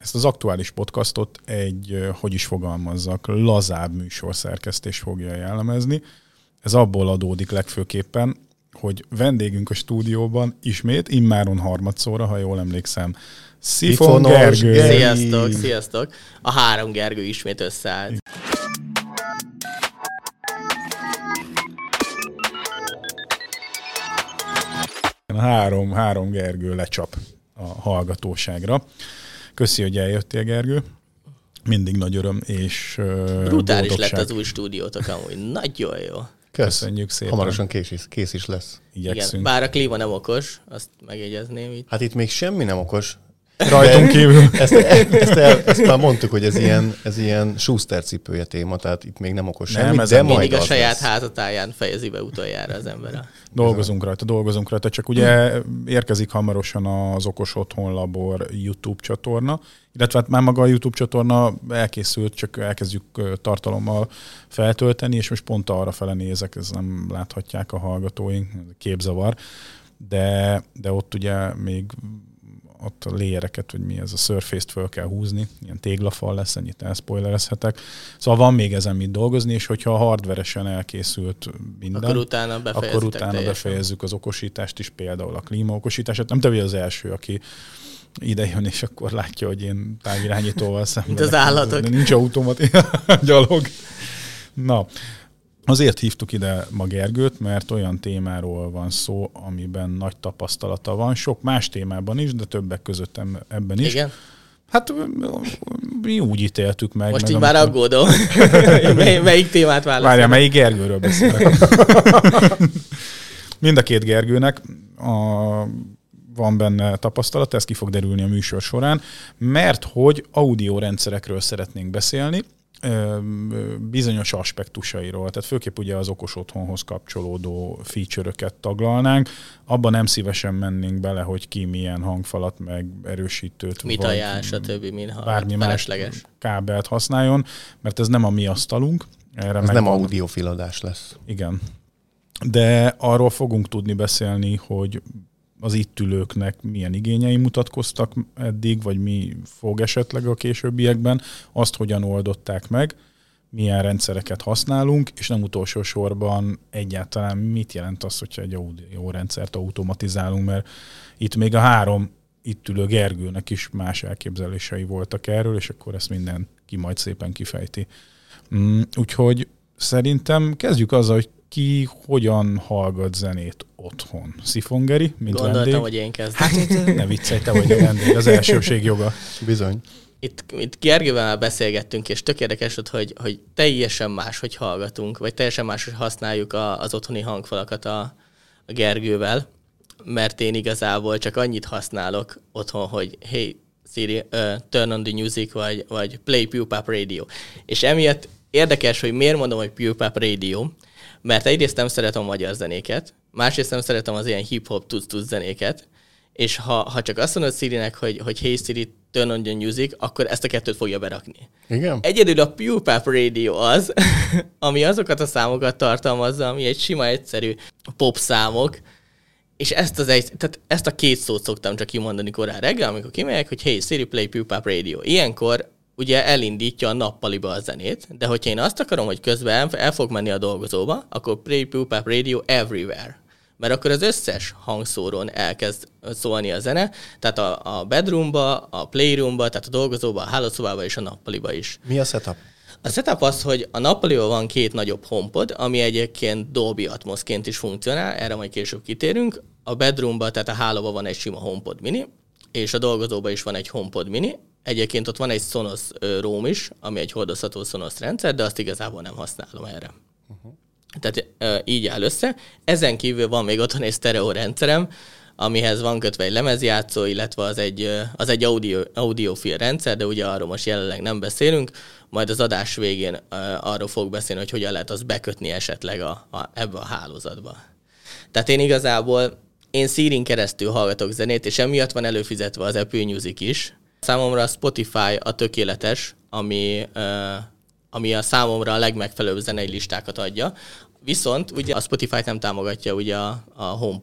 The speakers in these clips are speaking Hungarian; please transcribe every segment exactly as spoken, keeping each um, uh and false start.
ezt az aktuális podcastot egy, hogy is fogalmazzak, lazább műsorszerkesztés fogja jellemezni. Ez abból adódik legfőképpen, hogy vendégünk a stúdióban ismét, immáron harmadszorra, ha jól emlékszem, Szifon Gergő. Sziasztok, sziasztok! A három Gergő ismét összeállt. A három, három Gergő lecsap a hallgatóságra. Köszi, hogy eljöttél, Gergő. Mindig nagy öröm és brutális boldogság. Lett az új stúdiótok amúgy. Nagyon jó. Köszönjük szépen. Hamarosan kész is, kész is lesz. Igen, bár a klíma nem okos, azt megjegyezném így. Hát itt még semmi nem okos. Rajtunk kívül. Ezt, ezt, el, ezt már mondtuk, hogy ez ilyen, ez ilyen Schuster cipője téma, tehát itt még nem okos nem, semmi, ez de mindig majd a az saját lesz. házatáján fejezi be utoljára az ember. A... Dolgozunk rajta, dolgozunk rajta, csak ugye érkezik hamarosan az Okos Otthon Labor YouTube csatorna, illetve hát már maga a YouTube csatorna elkészült, csak elkezdjük tartalommal feltölteni, és most pont arra fele nézek, ez nem láthatják a hallgatóink, képzavar, de, de ott ugye még ott a layereket, hogy mi ez a surface-t föl kell húzni, ilyen téglafal lesz, ennyit elspoilerezhetek. Szóval van még ezen mit dolgozni, és hogyha hardveresen elkészült minden, akkor utána, akkor utána befejezzük az okosítást is, például a klímaokosítását. Nem te vagy az első, aki ide jön, és akkor látja, hogy én távirányítóval szemben. Mint az állatok. De nincs automat, gyalog. Na, azért hívtuk ide ma Gergőt, mert olyan témáról van szó, amiben nagy tapasztalata van. Sok más témában is, de többek között ebben is. Igen? Hát mi úgy ítéltük meg. Most meg így már aggódom. Mely, melyik témát válaszolom? Várjál, melyik Gergőről beszélek? Mind a két Gergőnek a, van benne tapasztalata, ez ki fog derülni a műsor során, mert hogy audiórendszerekről szeretnénk beszélni, bizonyos aspektusairól, tehát főképp ugye az okos otthonhoz kapcsolódó feature-öket taglalnánk. Abban nem szívesen mennénk bele, hogy ki milyen hangfalat, meg erősítőt, mit ajánl, stb. Minha bármi más kábelt használjon, mert ez nem a mi asztalunk. Erre ez nem audiofiladás lesz. Igen. De arról fogunk tudni beszélni, hogy az itt ülőknek milyen igényei mutatkoztak eddig, vagy mi fog esetleg a későbbiekben, azt hogyan oldották meg, milyen rendszereket használunk, és nem utolsó sorban egyáltalán mit jelent az, hogyha egy audio rendszert automatizálunk, mert itt még a három itt ülő Gergőnek is más elképzelései voltak erről, és akkor ezt mindenki majd szépen kifejti. Úgyhogy szerintem kezdjük azzal, hogy ki hogyan hallgat zenét otthon. Szifon Geri, mint Gondoltam, vendég. hogy én kezdem. Hát ne viccelj, te vagy a vendég, az elsőség joga. Bizony. Itt, itt Gergővel már beszélgettünk, és tök érdekes, hogy, hogy teljesen más, hogy hallgatunk, vagy teljesen más, hogy használjuk a, az otthoni hangfalakat a, a Gergővel, mert én igazából csak annyit használok otthon, hogy hey Siri, uh, turn on the music, vagy, vagy play PewPap Radio. És emiatt érdekes, hogy miért mondom, hogy PewPap Radio, mert egyrészt nem szeretem a magyar zenéket, másrészt nem szeretem az ilyen hip-hop tuc-tuc zenéket, és ha, ha csak azt mondod Sirinek, hogy, hogy hey Siri, turn on the music, akkor ezt a kettőt fogja berakni. Igen? Egyedül a PewPap Radio az, ami azokat a számokat tartalmazza, ami egy sima, egyszerű pop számok, és ezt, az egy, tehát ezt a két szót szoktam csak kimondani korán reggel, amikor kimegyek, hogy hey Siri, play PewPap Radio. Ilyenkor ugye elindítja a nappaliba a zenét, de hogyha én azt akarom, hogy közben el, el fog menni a dolgozóba, akkor play PewPap Radio everywhere. Mert akkor az összes hangszórón elkezd szólni a zene, tehát a, a bedroomba, a playroomba, tehát a dolgozóba, a hálószobába és a nappaliba is. Mi a setup? A setup az, hogy a nappaliban van két nagyobb HomePod, ami egyébként Dolby Atmosként is funkcionál, erre majd később kitérünk. A bedroomban, tehát a hálóban van egy sima HomePod mini, és a dolgozóban is van egy HomePod mini. Egyébként ott van egy Sonos Roam is, ami egy hordozható Sonos rendszer, de azt igazából nem használom erre. Uh-huh. Tehát e, így áll össze. Ezen kívül van még otthon egy sztereó rendszerem, amihez van kötve egy lemezjátszó, illetve az egy, az egy audio, audiofil rendszer, de ugye arról most jelenleg nem beszélünk. Majd az adás végén e, arról fog beszélni, hogy hogyan lehet azt bekötni esetleg a, a, ebbe a hálózatba. Tehát én igazából, én Sirin keresztül hallgatok zenét, és emiatt van előfizetve az Apple Music is. Számomra a Spotify a tökéletes, ami, uh, ami a számomra a legmegfelelőbb zenei listákat adja. Viszont ugye a Spotify nem támogatja ugye a, a HomePod,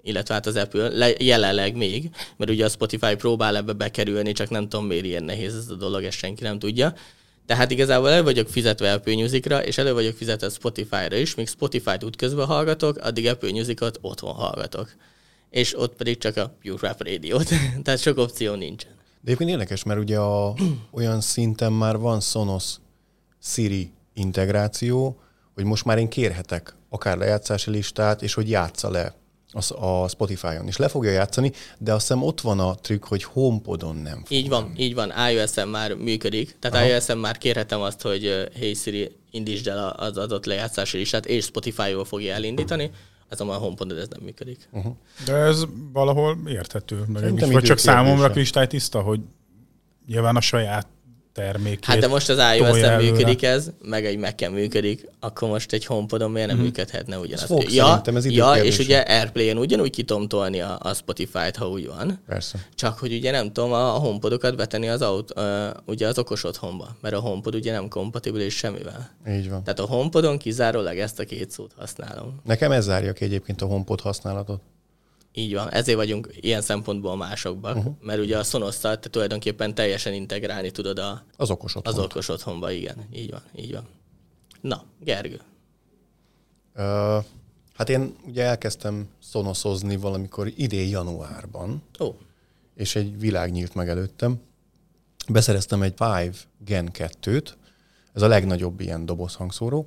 illetve hát az Apple le, jelenleg még, mert ugye a Spotify próbál ebbe bekerülni, csak nem tudom, miért ilyen nehéz ez a dolog, ezt senki nem tudja. Tehát igazából elő vagyok fizetve Apple Music-ra, és elő vagyok fizetve Spotify-ra is, míg Spotify-t útközben hallgatok, addig Apple Music-ot otthon hallgatok. És ott pedig csak a Pure Rap Radio-t, tehát sok opció nincsen. De egyébként érdekes, mert ugye a, olyan szinten már van Sonos Siri integráció, hogy most már én kérhetek akár lejátszási listát, és hogy játsza le a Spotify-on. És le fogja játszani, de azt hiszem ott van a trükk, hogy HomePodon nem fog. Így van, így van. iOS-en már működik. Tehát Aha. iOS-en már kérhetem azt, hogy Hey Siri, indítsd el az adott lejátszási listát, és Spotify-ból fogja elindítani. Azonban a HomePodon ez nem működik. Uh-huh. De ez valahol érthető. Vagy csak számomra kristálytiszta, hogy nyilván a saját termékét. Hát de most az iOS-en működik ez, meg egy Mac-en működik, akkor most egy HomePodon miért nem hmm. működhetne ugyanaz? Fog, ja, ez ja és ugye AirPlay-en ugyanúgy ki tudom tolni a, a Spotify-t, ha úgy van. Persze. Csak hogy ugye nem tudom a HomePodokat betenni az, aut, uh, ugye az okos otthonba, mert a HomePod ugye nem kompatibilis semmivel. Így van. Tehát a HomePodon kizárólag ezt a két szót használom. Nekem ez zárja ki egyébként a HomePod használatot. Így van, ezért vagyunk ilyen szempontból másokban, uh-huh. mert ugye a Sonosszal te tulajdonképpen teljesen integrálni tudod a, az okos otthon. Az okos otthonba, igen. Így van, így van. Na, Gergő. Uh, hát én ugye elkezdtem Sonosozni valamikor idén januárban, oh. és egy világ nyílt meg előttem. Beszereztem egy Vive Gen kettőt, ez a legnagyobb ilyen dobozhangszóró,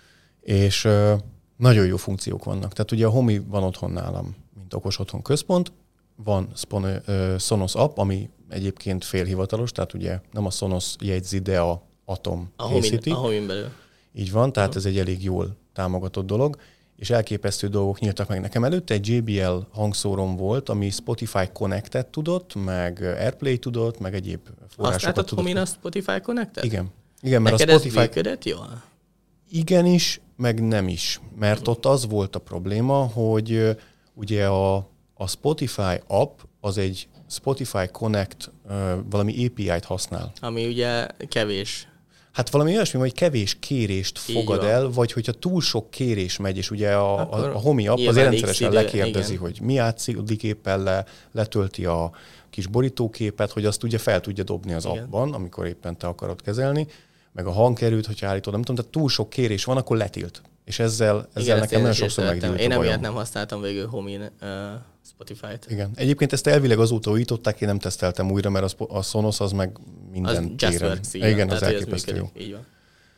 és uh, nagyon jó funkciók vannak. Tehát ugye a Homi van otthon nálam, mint okos otthon központ, van Spon- uh, Sonos app, ami egyébként félhivatalos, tehát ugye nem a Sonos jegyzi, de a Atom a készíti. A Homin belül. Így van, tehát ez egy elég jól támogatott dolog, és elképesztő dolgok nyíltak meg nekem. Előtte egy jé bé el hangszórom volt, ami Spotify Connected tudott, meg AirPlay tudott, meg egyéb forrásokat Használtad tudott. Homin a Spotify Connected? Igen. Igen, mert neked a Spotify... ez működött jól? Igenis, meg nem is. Mert ott az volt a probléma, hogy ugye a, a Spotify app az egy Spotify Connect uh, valami á pé í-t használ. Ami ugye kevés. Hát valami olyasmi, hogy kevés kérést fogad el, vagy hogyha túl sok kérés megy, és ugye a, a, a Homi app az rendszeresen lekérdezi, igen. hogy mi játszik éppen le, letölti a kis borítóképet, hogy azt ugye fel tudja dobni az igen. appban, amikor éppen te akarod kezelni, meg a hangkerült, hogyha állítod, nem tudom, tehát túl sok kérés van, akkor letilt. És ezzel, ezzel igen, nekem nagyon sokszor megdűlt. Én emiatt nem használtam végül Homin uh, Spotify-t. Igen. Egyébként ezt elvileg azóta újították, én nem teszteltem újra, mert a Sonos az meg minden az téren. Works, igen, igen, az elképesztő jó. Így van.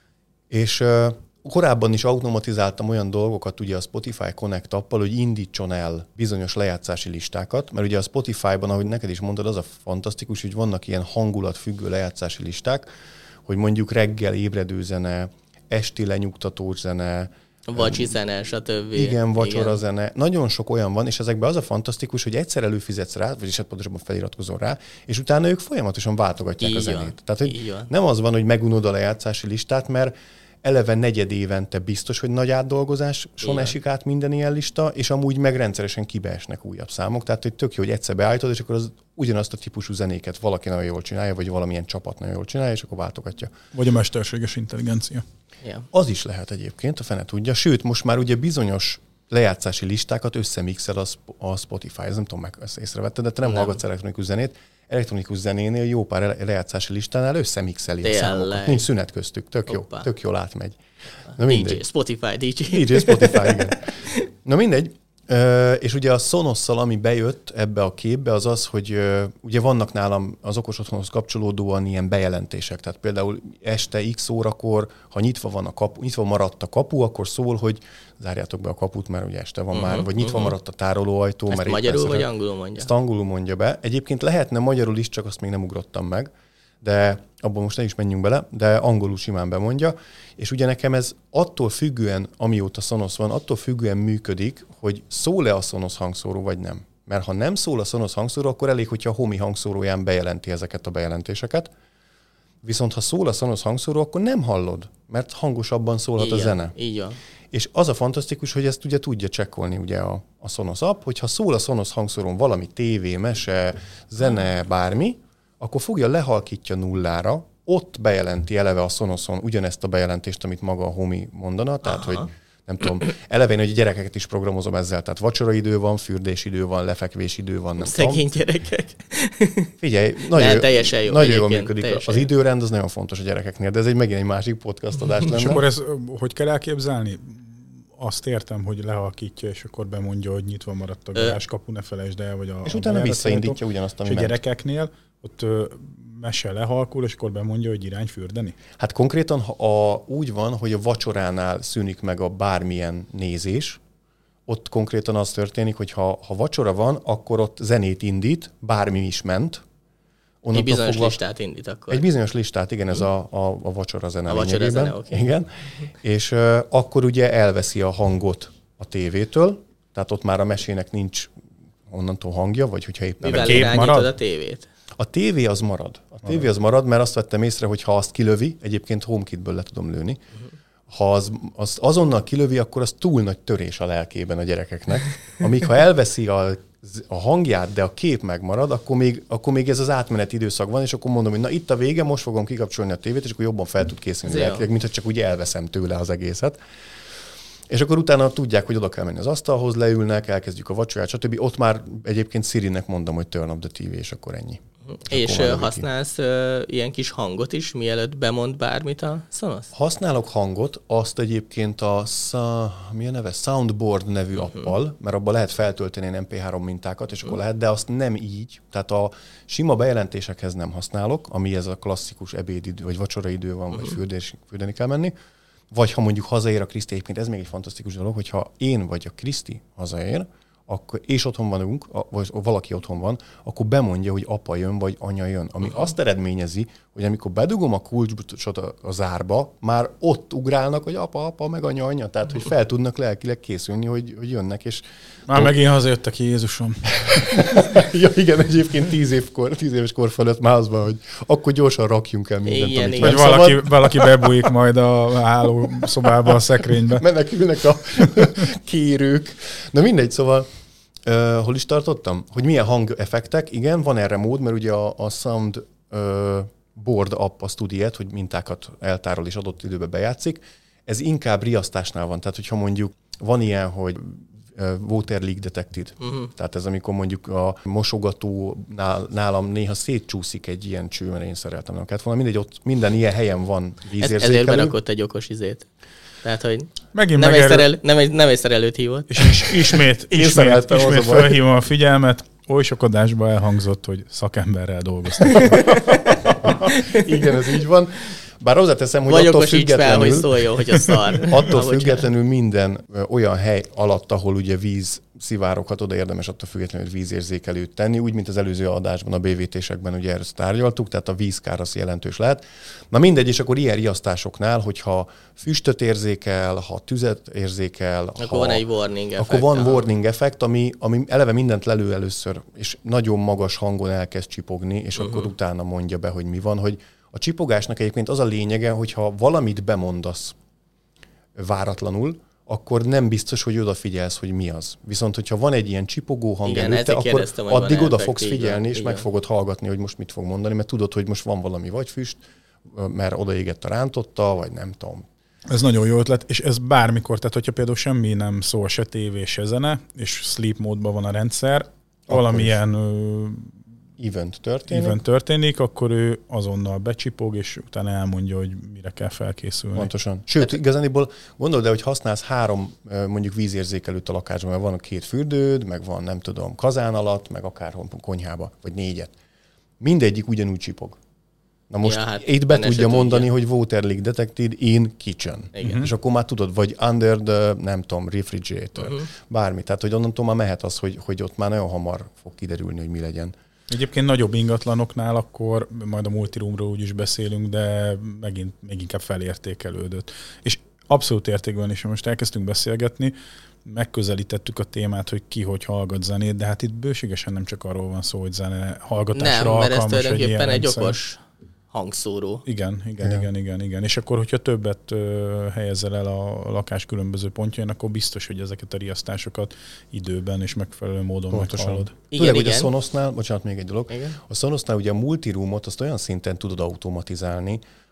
És uh, korábban is automatizáltam olyan dolgokat ugye a Spotify Connect appal, hogy indítson el bizonyos lejátszási listákat, mert ugye a Spotify-ban, ahogy neked is mondtad, az a fantasztikus, hogy vannak ilyen hangulatfüggő lejátszási listák, hogy mondjuk reggel ébredő zene, esti lenyugtató zene, vacsi zene, stb. Igen, vacsora igen. zene. Nagyon sok olyan van, és ezekben az a fantasztikus, hogy egyszer előfizetsz rá, vagyis hát pontosabban feliratkozol rá, és utána ők folyamatosan váltogatják így a zenét. Van. Tehát, hogy nem az van, hogy megunod a lejátszási listát, mert eleve negyed évente biztos, hogy nagy átdolgozáson esik át minden ilyen lista, és amúgy meg rendszeresen kibeesnek újabb számok. Tehát, hogy tök jó, hogy egyszer beállítod, és akkor az ugyanazt a típusú zenéket valaki nagyon jól csinálja, vagy valamilyen csapat nagyon jól csinálja, és akkor váltogatja. Vagy a mesterséges intelligencia. Yeah. Az is lehet egyébként, a fene tudja. Sőt, most már ugye bizonyos lejátszási listákat összemixel a, a Spotify. Ez nem tudom, meg ezt észrevetted, de te nem, nem. hallgatsz elektronikus zenét. Elektronikus zenénél jó pár lejátszási listánál összemixeli a számokat. Nincs szünet köztük. Tök jó. Tök jól átmegy. Na dé dzsé, Spotify, dé dzsé. dé dzsé, Spotify, igen. Na mindegy. Uh, és ugye a Sonosszal, ami bejött ebbe a képbe, az az, hogy uh, ugye vannak nálam az okos otthonhoz kapcsolódóan ilyen bejelentések. Tehát például este x órakor, ha nyitva van a kapu, nyitva maradt a kapu, akkor szól, hogy zárjátok be a kaput, mert ugye este van uh-huh, már, vagy nyitva uh-huh. maradt a tárolóajtó. Ezt mert magyarul vagy angolul mondja? Ezt angolul mondja be. Egyébként lehetne magyarul is, csak azt még nem ugrottam meg, de abban most ne is menjünk bele, de angolul simán bemondja. És ugye nekem ez attól függően, amióta Sonos van, attól függően működik, hogy szól-e a Sonos hangszóró, vagy nem. Mert ha nem szól a Sonos hangszóró, akkor elég, hogyha a Homi hangszóróján bejelenti ezeket a bejelentéseket. Viszont ha szól a Sonos hangszóró, akkor nem hallod, mert hangosabban szólhat igen, a zene. Így van. És az a fantasztikus, hogy ezt ugye tudja csekkolni ugye a, a Sonos app, hogyha szól a Sonos hangszórón valami tévé, mese, zene, bármi, akkor fogja, lehalkítja nullára, ott bejelenti eleve a Sonoson ugyanezt a bejelentést, amit maga a Homi mondana, tehát, aha. hogy nem tudom, eleve én, hogy a gyerekeket is programozom ezzel, tehát vacsoraidő van, fürdésidő van, lefekvésidő van. Nem Szegény tudom. Gyerekek. Figyelj, nagyon, ne, teljesen jó, nagyon jól működik. Az jó. Időrend az nagyon fontos a gyerekeknél, de ez egy megint egy másik podcast adás lenne. És akkor ez, hogy kell elképzelni? Azt értem, hogy lehalkítja, és akkor bemondja, hogy nyitva maradt a garázskapu, ne felejtsd el, vagy a... És utána visszaindítja ugyanazt, ami és a gyerekeknél ott ö, mese lehalkul, és akkor bemondja, hogy irány fürdeni? Hát konkrétan ha a, úgy van, hogy a vacsoránál szűnik meg a bármilyen nézés, ott konkrétan az történik, hogy ha, ha vacsora van, akkor ott zenét indít, bármi is ment. Egy bizonyos fogva, listát indít akkor. Egy bizonyos listát, igen, ez a, a, a vacsora zene. A vacsora zene, oké. Okay. Igen. És uh, akkor ugye elveszi a hangot a tévétől, tehát ott már a mesének nincs onnantól hangja, vagy hogyha éppen... Mivel irányítod a tévét? A tévé az marad. A tévé az marad, mert azt vettem észre, hogy ha azt kilövi, egyébként HomeKitből le tudom lőni, uh-huh. ha az, az azonnal kilövi, akkor az túl nagy törés a lelkében a gyerekeknek. Amíg ha elveszi a, a hangját, de a kép megmarad, akkor még, akkor még ez az átmeneti időszak van, és akkor mondom, hogy na itt a vége, most fogom kikapcsolni a tévét, és akkor jobban fel tud készülni lelkileg, mint hogy csak úgy elveszem tőle az egészet. És akkor utána tudják, hogy oda kell menni az asztalhoz, leülnek, elkezdjük a vacsorát, stb. Ott már egyébként Sirinek mondom, hogy turn off the té vé, és akkor ennyi. És, és használsz uh, ilyen kis hangot is, mielőtt bemond bármit a Sonos? Használok hangot, azt egyébként a, mi a neve? Soundboard nevű uh-huh. appal, mert abban lehet feltölteni em pé három mintákat, és uh-huh. akkor lehet, de azt nem így. Tehát a sima bejelentésekhez nem használok, ami ez a klasszikus ebédidő, vagy vacsoraidő van, uh-huh. vagy fürdés, fürdeni kell menni. Vagy ha mondjuk hazaér a Kriszti, egyébként ez még egy fantasztikus dolog, hogyha én vagy a Kriszti hazaér, akkor, és otthon vanunk, vagy valaki otthon van, akkor bemondja, hogy apa jön, vagy anya jön. Ami uh-huh. azt eredményezi, hogy amikor bedugom a kulcsot a, a zárba, már ott ugrálnak, hogy apa, apa, meg anya, anya. Tehát, uh-huh. hogy fel tudnak lelkileg készülni, hogy, hogy jönnek. És már ott... megint hazajöttek, Jézusom. Ja igen, egyébként tíz évkor, tíz éves kor fölött már az van, hogy akkor gyorsan rakjunk el mindent, igen, amit igen. Vagy valaki, valaki bebújik majd a hálószobába, a szekrénybe. Menekülnek a kérők. Na mindegy, szóval Uh, hol is tartottam? Hogy milyen hangeffektek. Igen, van erre mód, mert ugye a, a Sound uh, Board app azt tud ilyet, hogy mintákat eltárol és adott időbe bejátszik. Ez inkább riasztásnál van. Tehát, hogyha mondjuk van ilyen, hogy uh, Water Leak Detected. Uh-huh. Tehát ez amikor mondjuk a mosogatónál nálam néha szétcsúszik egy ilyen cső, mert én szereltem. Nem kellett volna. Mindegy, ott minden ilyen helyen van vízérzékelő. Ez, ezért berakott egy okos izét. Tehát, hogy megint nem, megerő... egy szerelő, nem, egy, nem egy szerelőt hívott. És is, ismét, ismét, ismét felhívom a figyelmet, oly sok adásban elhangzott, hogy szakemberrel dolgoztak. Igen, ez így van. Bár hozzáteszem, hogy vagy attól függetlenül, fel, hogy szóljon, hogy a szar. attól függetlenül minden olyan hely alatt, ahol ugye víz szivároghat, oda érdemes attól függetlenül vízérzékelőt tenni, úgy, mint az előző adásban, a bé vé té-sekben ugye ezt tárgyaltuk, tehát a vízkár az jelentős lehet. Na mindegy, és akkor ilyen riasztásoknál, hogyha füstöt érzékel, ha tüzet érzékel, akkor ha, van egy warning effekt. Akkor van aha. warning effekt, ami, ami eleve mindent lelő először, és nagyon magas hangon elkezd csipogni, és uh-huh. akkor utána mondja be, hogy mi van, hogy a csipogásnak egyébként az a lényege, hogyha valamit bemondasz váratlanul, akkor nem biztos, hogy odafigyelsz, hogy mi az. Viszont, hogyha van egy ilyen csipogó hang igen, előtte, akkor addig oda fogsz figyelni, és igen. meg fogod hallgatni, hogy most mit fog mondani, mert tudod, hogy most van valami vagy füst, mert odaégett a rántotta, vagy nem tudom. Ez nagyon jó ötlet, és ez bármikor, tehát hogyha például semmi nem szól, se tévé, se zene, és sleep módban van a rendszer, akkor valamilyen event történik. event történik, akkor ő azonnal becsipog, és utána elmondja, hogy mire kell felkészülni. Pontosan. Sőt, igazániból gondold el, hogy használsz három mondjuk vízérzékelőt a lakásban, mert van két fürdőd, meg van nem tudom, kazán alatt, meg akárhol konyhába, vagy négyet. Mindegyik ugyanúgy csipog. Na most ja, hát itt be tudja mondani, tudja. hogy Water Leak Detected in kitchen. Igen. És akkor már tudod, vagy under the, nem tudom, refrigerator, uh-huh. bármi. Tehát, hogy onnantól már mehet az, hogy, hogy ott már nagyon hamar fog kiderülni, hogy mi legyen. Egyébként nagyobb ingatlanoknál akkor, majd a multiroomról úgy is beszélünk, de megint még inkább felértékelődött. És abszolút értékben is, most elkezdtünk beszélgetni, megközelítettük a témát, hogy ki hogy hallgat zenét, de hát itt bőségesen nem csak arról van szó, hogy zene hallgatásra alkalmas. Nem, mert ez tulajdonképpen egy, egy okos hangszóró. Igen, igen, igen, igen, igen, igen. És akkor, hogyha többet ö, helyezel el a lakás különböző pontjain, akkor biztos, hogy ezeket a riasztásokat időben és megfelelő módon meghallod. Tudod, hogy a Sonosnál, bocsánat, még egy dolog, igen. A Sonosnál ugye a multiroomot azt olyan szinten tudod automatizálni,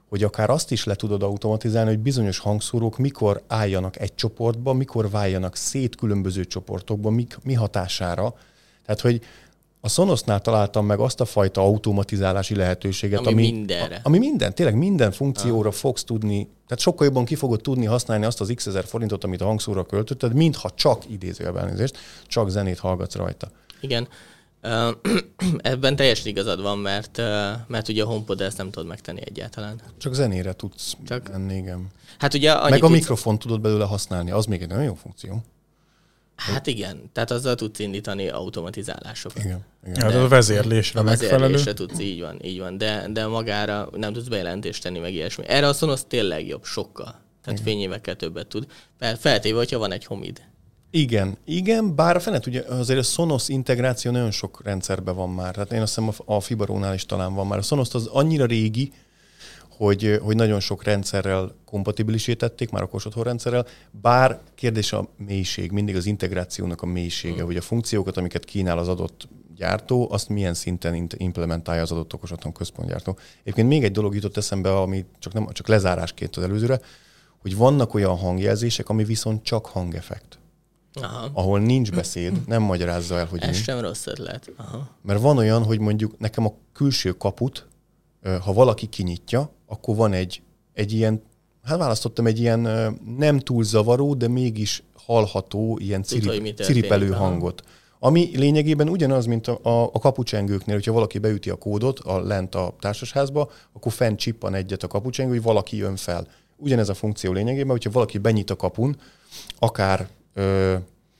hogy akár azt is le tudod automatizálni, hogy bizonyos hangszórók mikor álljanak egy csoportba, mikor váljanak szét különböző csoportokba, mi, mi hatására. Tehát, hogy a Sonosnál találtam meg azt a fajta automatizálási lehetőséget, ami, ami mindenre. Ami minden, tényleg minden funkcióra ah. fogsz tudni, tehát sokkal jobban ki fogod tudni használni azt az x ezer forintot, amit a hangszóróra költötted, mintha csak idézőjelben elnézést, csak zenét hallgatsz rajta. Igen. Uh, ebben teljesen igazad van, mert, uh, mert ugye a HomePod ezt nem tudod megtenni egyáltalán. Csak zenére tudsz csak... menni, igen. Hát ugye meg a tudsz... mikrofont tudod belőle használni, az még egy nagyon jó funkció. Hát igen, tehát azzal tudsz indítani automatizálásokat. Igen, igen. Hát a vezérlésre a megfelelő. A vezérlésre tudsz, így van, így van. De, de magára nem tudsz bejelentést tenni, meg ilyesmi. Erre a Sonos tényleg jobb, sokkal. Tehát igen. fényévekkel többet tud. Feltéve, hogyha van egy Homid. Igen, igen, bár a fenet, ugye azért a Sonos integráció nagyon sok rendszerben van már. Tehát én azt hiszem a Fibarónál is talán van már. A Sonos az annyira régi, hogy, hogy nagyon sok rendszerrel kompatibilisítették, már okos otthon rendszerrel, bár kérdés a mélység, mindig az integrációnak a mélysége, mm. hogy a funkciókat, amiket kínál az adott gyártó, azt milyen szinten implementálja az adott okos otthon központgyártó. Egyébként még egy dolog jutott eszembe, ami csak, nem, csak lezárásként az előzőre, hogy vannak olyan hangjelzések, ami viszont csak hangeffekt. Aha. Ahol nincs beszéd, nem magyarázza el, hogy ez nincs. sem rossz ötlet. Aha. Mert van olyan, hogy mondjuk nekem a külső kaput, ha valaki kinyitja, akkor van egy, egy ilyen, hát választottam egy ilyen nem túl zavaró, de mégis hallható, ilyen cirip, ciripelő hangot. Ami lényegében ugyanaz, mint a, a, a kapucsengőknél, hogyha valaki beüti a kódot a lent a társasházba, akkor fent csippan egyet a kapucsengő, hogy valaki jön fel. Ugyanez a funkció lényegében, hogyha valaki benyit a kapun, akár ö,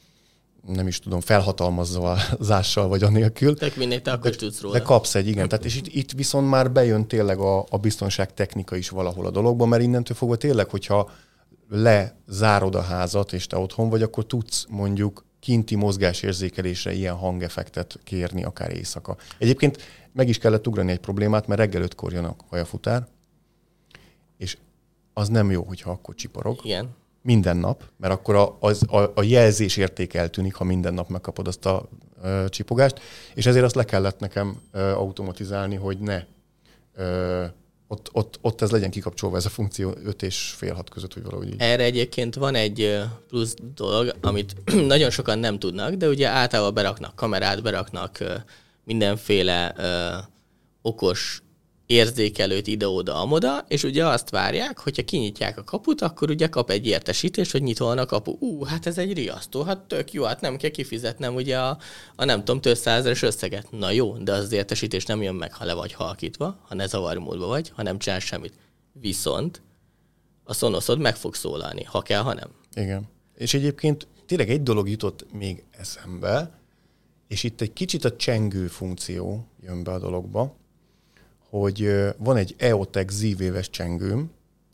nem is tudom, felhatalmazással vagy anélkül. Tök mindegy, te akkor tudsz róla. De kapsz egy, igen. Tehát, és itt, itt viszont már bejön tényleg a, a biztonság technika is valahol a dologban, mert innentől fogva tényleg, hogyha lezárod a házat, és te otthon vagy, akkor tudsz mondjuk kinti mozgásérzékelésre ilyen hangeffektet kérni, akár éjszaka. Egyébként meg is kellett ugrani egy problémát, mert reggel ötkor jön a kajafutár, és az nem jó, hogyha akkor csiporog. Igen. Minden nap, mert akkor a, az, a, a jelzés érték eltűnik, ha minden nap megkapod azt a ö, csipogást, és ezért azt le kellett nekem ö, automatizálni, hogy ne ö, ott, ott, ott ez legyen kikapcsolva ez a funkció öt és fél hat között, hogy valahogy így. Erre egyébként van egy plusz dolog, amit nagyon sokan nem tudnak, de ugye általában beraknak kamerát, beraknak ö, mindenféle ö, okos érzékelőt ide-oda, amoda, és ugye azt várják, hogyha kinyitják a kaput, akkor ugye kap egy értesítést, hogy nyitva van a kapu. Ú, hát ez egy riasztó, hát tök jó, hát nem kell kifizetnem ugye a, a nem tudom, több százeres összeget. Na jó, de az értesítés nem jön meg, ha le vagy halkítva, ha ne zavarmódban vagy, ha nem csinál semmit. Viszont a Sonosod meg fog szólalni, ha kell, ha nem. Igen. És egyébként tényleg egy dolog jutott még eszembe, és itt egy kicsit a csengő funkció jön be a dologba, hogy van egy E O T E C Z-véves csengőm,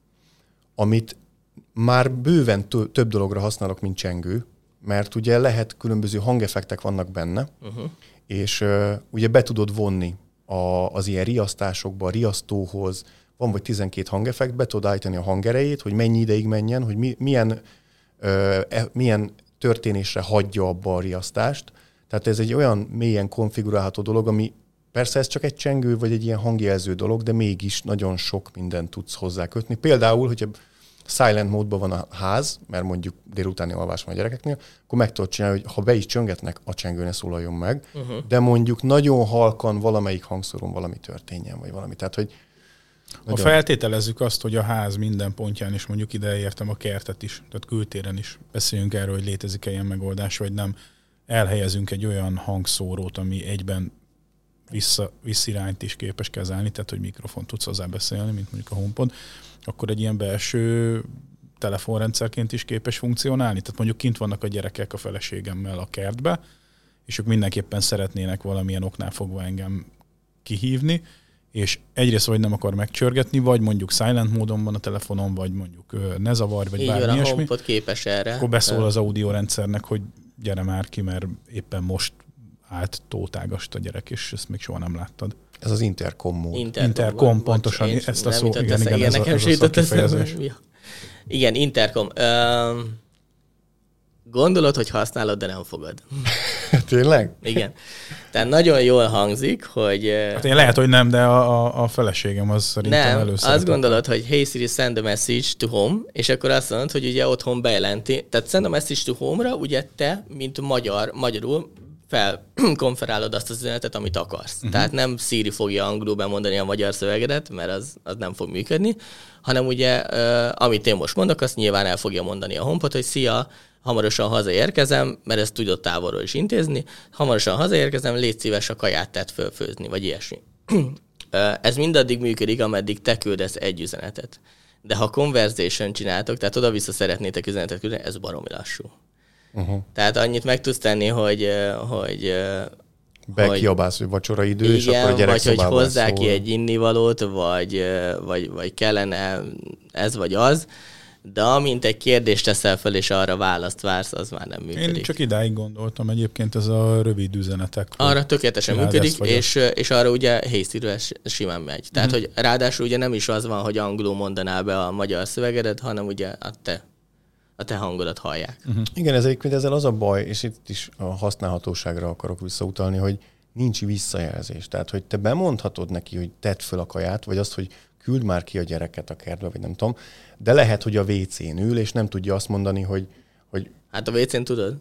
amit már bőven t- több dologra használok, mint csengő, mert ugye lehet, különböző hangeffektek vannak benne, uh-huh. és uh, ugye be tudod vonni a, az ilyen riasztásokba, a riasztóhoz, van vagy tizenkét hangeffekt, be tudod állítani a hangerejét, hogy mennyi ideig menjen, hogy mi, milyen, uh, e, milyen történésre hagyja abba a riasztást. Tehát ez egy olyan mélyen konfigurálható dolog, ami persze ez csak egy csengő, vagy egy ilyen hangjelző dolog, de mégis nagyon sok mindent tudsz hozzá kötni. Például, hogyha silent módban van a ház, mert mondjuk délutáni alvás van a gyerekeknél, akkor meg tudod csinálni, hogy ha be is csöngetnek, a csengő ne szólaljon meg, uh-huh. de mondjuk nagyon halkan valamelyik hangszoron valami történjen, vagy valami. Tehát, hogy nagyon... Ha feltételezzük azt, hogy a ház minden pontján, és mondjuk ide értem a kertet is, tehát kültéren is beszéljünk erről, hogy létezik-e ilyen megoldás, vagy nem, elhelyezünk egy olyan hangszórót, ami egyben vissza, visszirányt is képes kezelni, tehát hogy mikrofon tudsz hozzá beszélni, mint mondjuk a HomePod, akkor egy ilyen belső telefonrendszerként is képes funkcionálni. Tehát mondjuk kint vannak a gyerekek a feleségemmel a kertbe, és ők mindenképpen szeretnének valamilyen oknál fogva engem kihívni, és egyrészt vagy nem akar megcsörgetni, vagy mondjuk silent módon van a telefonon, vagy mondjuk ne zavarj, vagy így bármi van, ilyesmi. a HomePod képes erre. Akkor beszól az audiórendszernek, hogy gyere már ki, mert éppen most állt tótágast a gyerek, és ezt még soha nem láttad. Ez az intercom mód. Intercom, intercom pontosan, én, ezt a szó, igen, igen, igen, ez, nekem a, ez a kifejezés. Igen, intercom. Uh, gondolod, hogy használod, de nem fogod. Tényleg? Igen. Tehát nagyon jól hangzik, hogy... Hát én lehet, hogy nem, de a, a, a feleségem az szerintem nem, először. azt gondolod, hogy hey Siri, send a message to home, és akkor azt mondod, hogy ugye otthon bejelenti. Tehát send a message to home-ra, ugye te, mint magyar, magyarul felkonferálod azt az üzenetet, amit akarsz. Uh-huh. Tehát nem Siri fogja angolul bemondani a magyar szövegedet, mert az, az nem fog működni, hanem ugye, uh, amit én most mondok, azt nyilván el fogja mondani a HomePod, hogy szia, hamarosan hazaérkezem, mert ezt tudod távolról is intézni, hamarosan hazaérkezem, légy szíves a kaját tett fölfőzni, vagy ilyesmi. Ez mindaddig működik, ameddig te küldesz egy üzenetet. De ha conversation csináltok, tehát oda-vissza szeretnétek üzenetet küldeni, ez baromi lassú. Uh-huh. Tehát annyit meg tudsz tenni, hogy... hogy bekiabálsz, hogy vacsora idő, és akkor a gyerek vagy hogy hozzá ki egy innivalót, vagy, vagy, vagy kellene ez vagy az, de amint egy kérdést teszel fel, és arra választ vársz, az már nem működik. Én csak idáig gondoltam egyébként, ez a rövid üzenetek. Arra tökéletesen működik, és, és arra ugye hey Siri simán megy. Tehát, mm-hmm. hogy ráadásul ugye nem is az van, hogy angolul mondanál be a magyar szövegedet, hanem ugye a te, a te hangodat hallják. Mm-hmm. Igen, ez egyébként ezzel az a baj, és itt is a használhatóságra akarok visszautalni, hogy nincs visszajelzés. Tehát, hogy te bemondhatod neki, hogy tedd föl a kaját, vagy azt, hogy küld már ki a gyereket a kertbe, vagy nem tudom, de lehet, hogy a vé cén ül, és nem tudja azt mondani, hogy... hogy... Hát a vé cén tudod.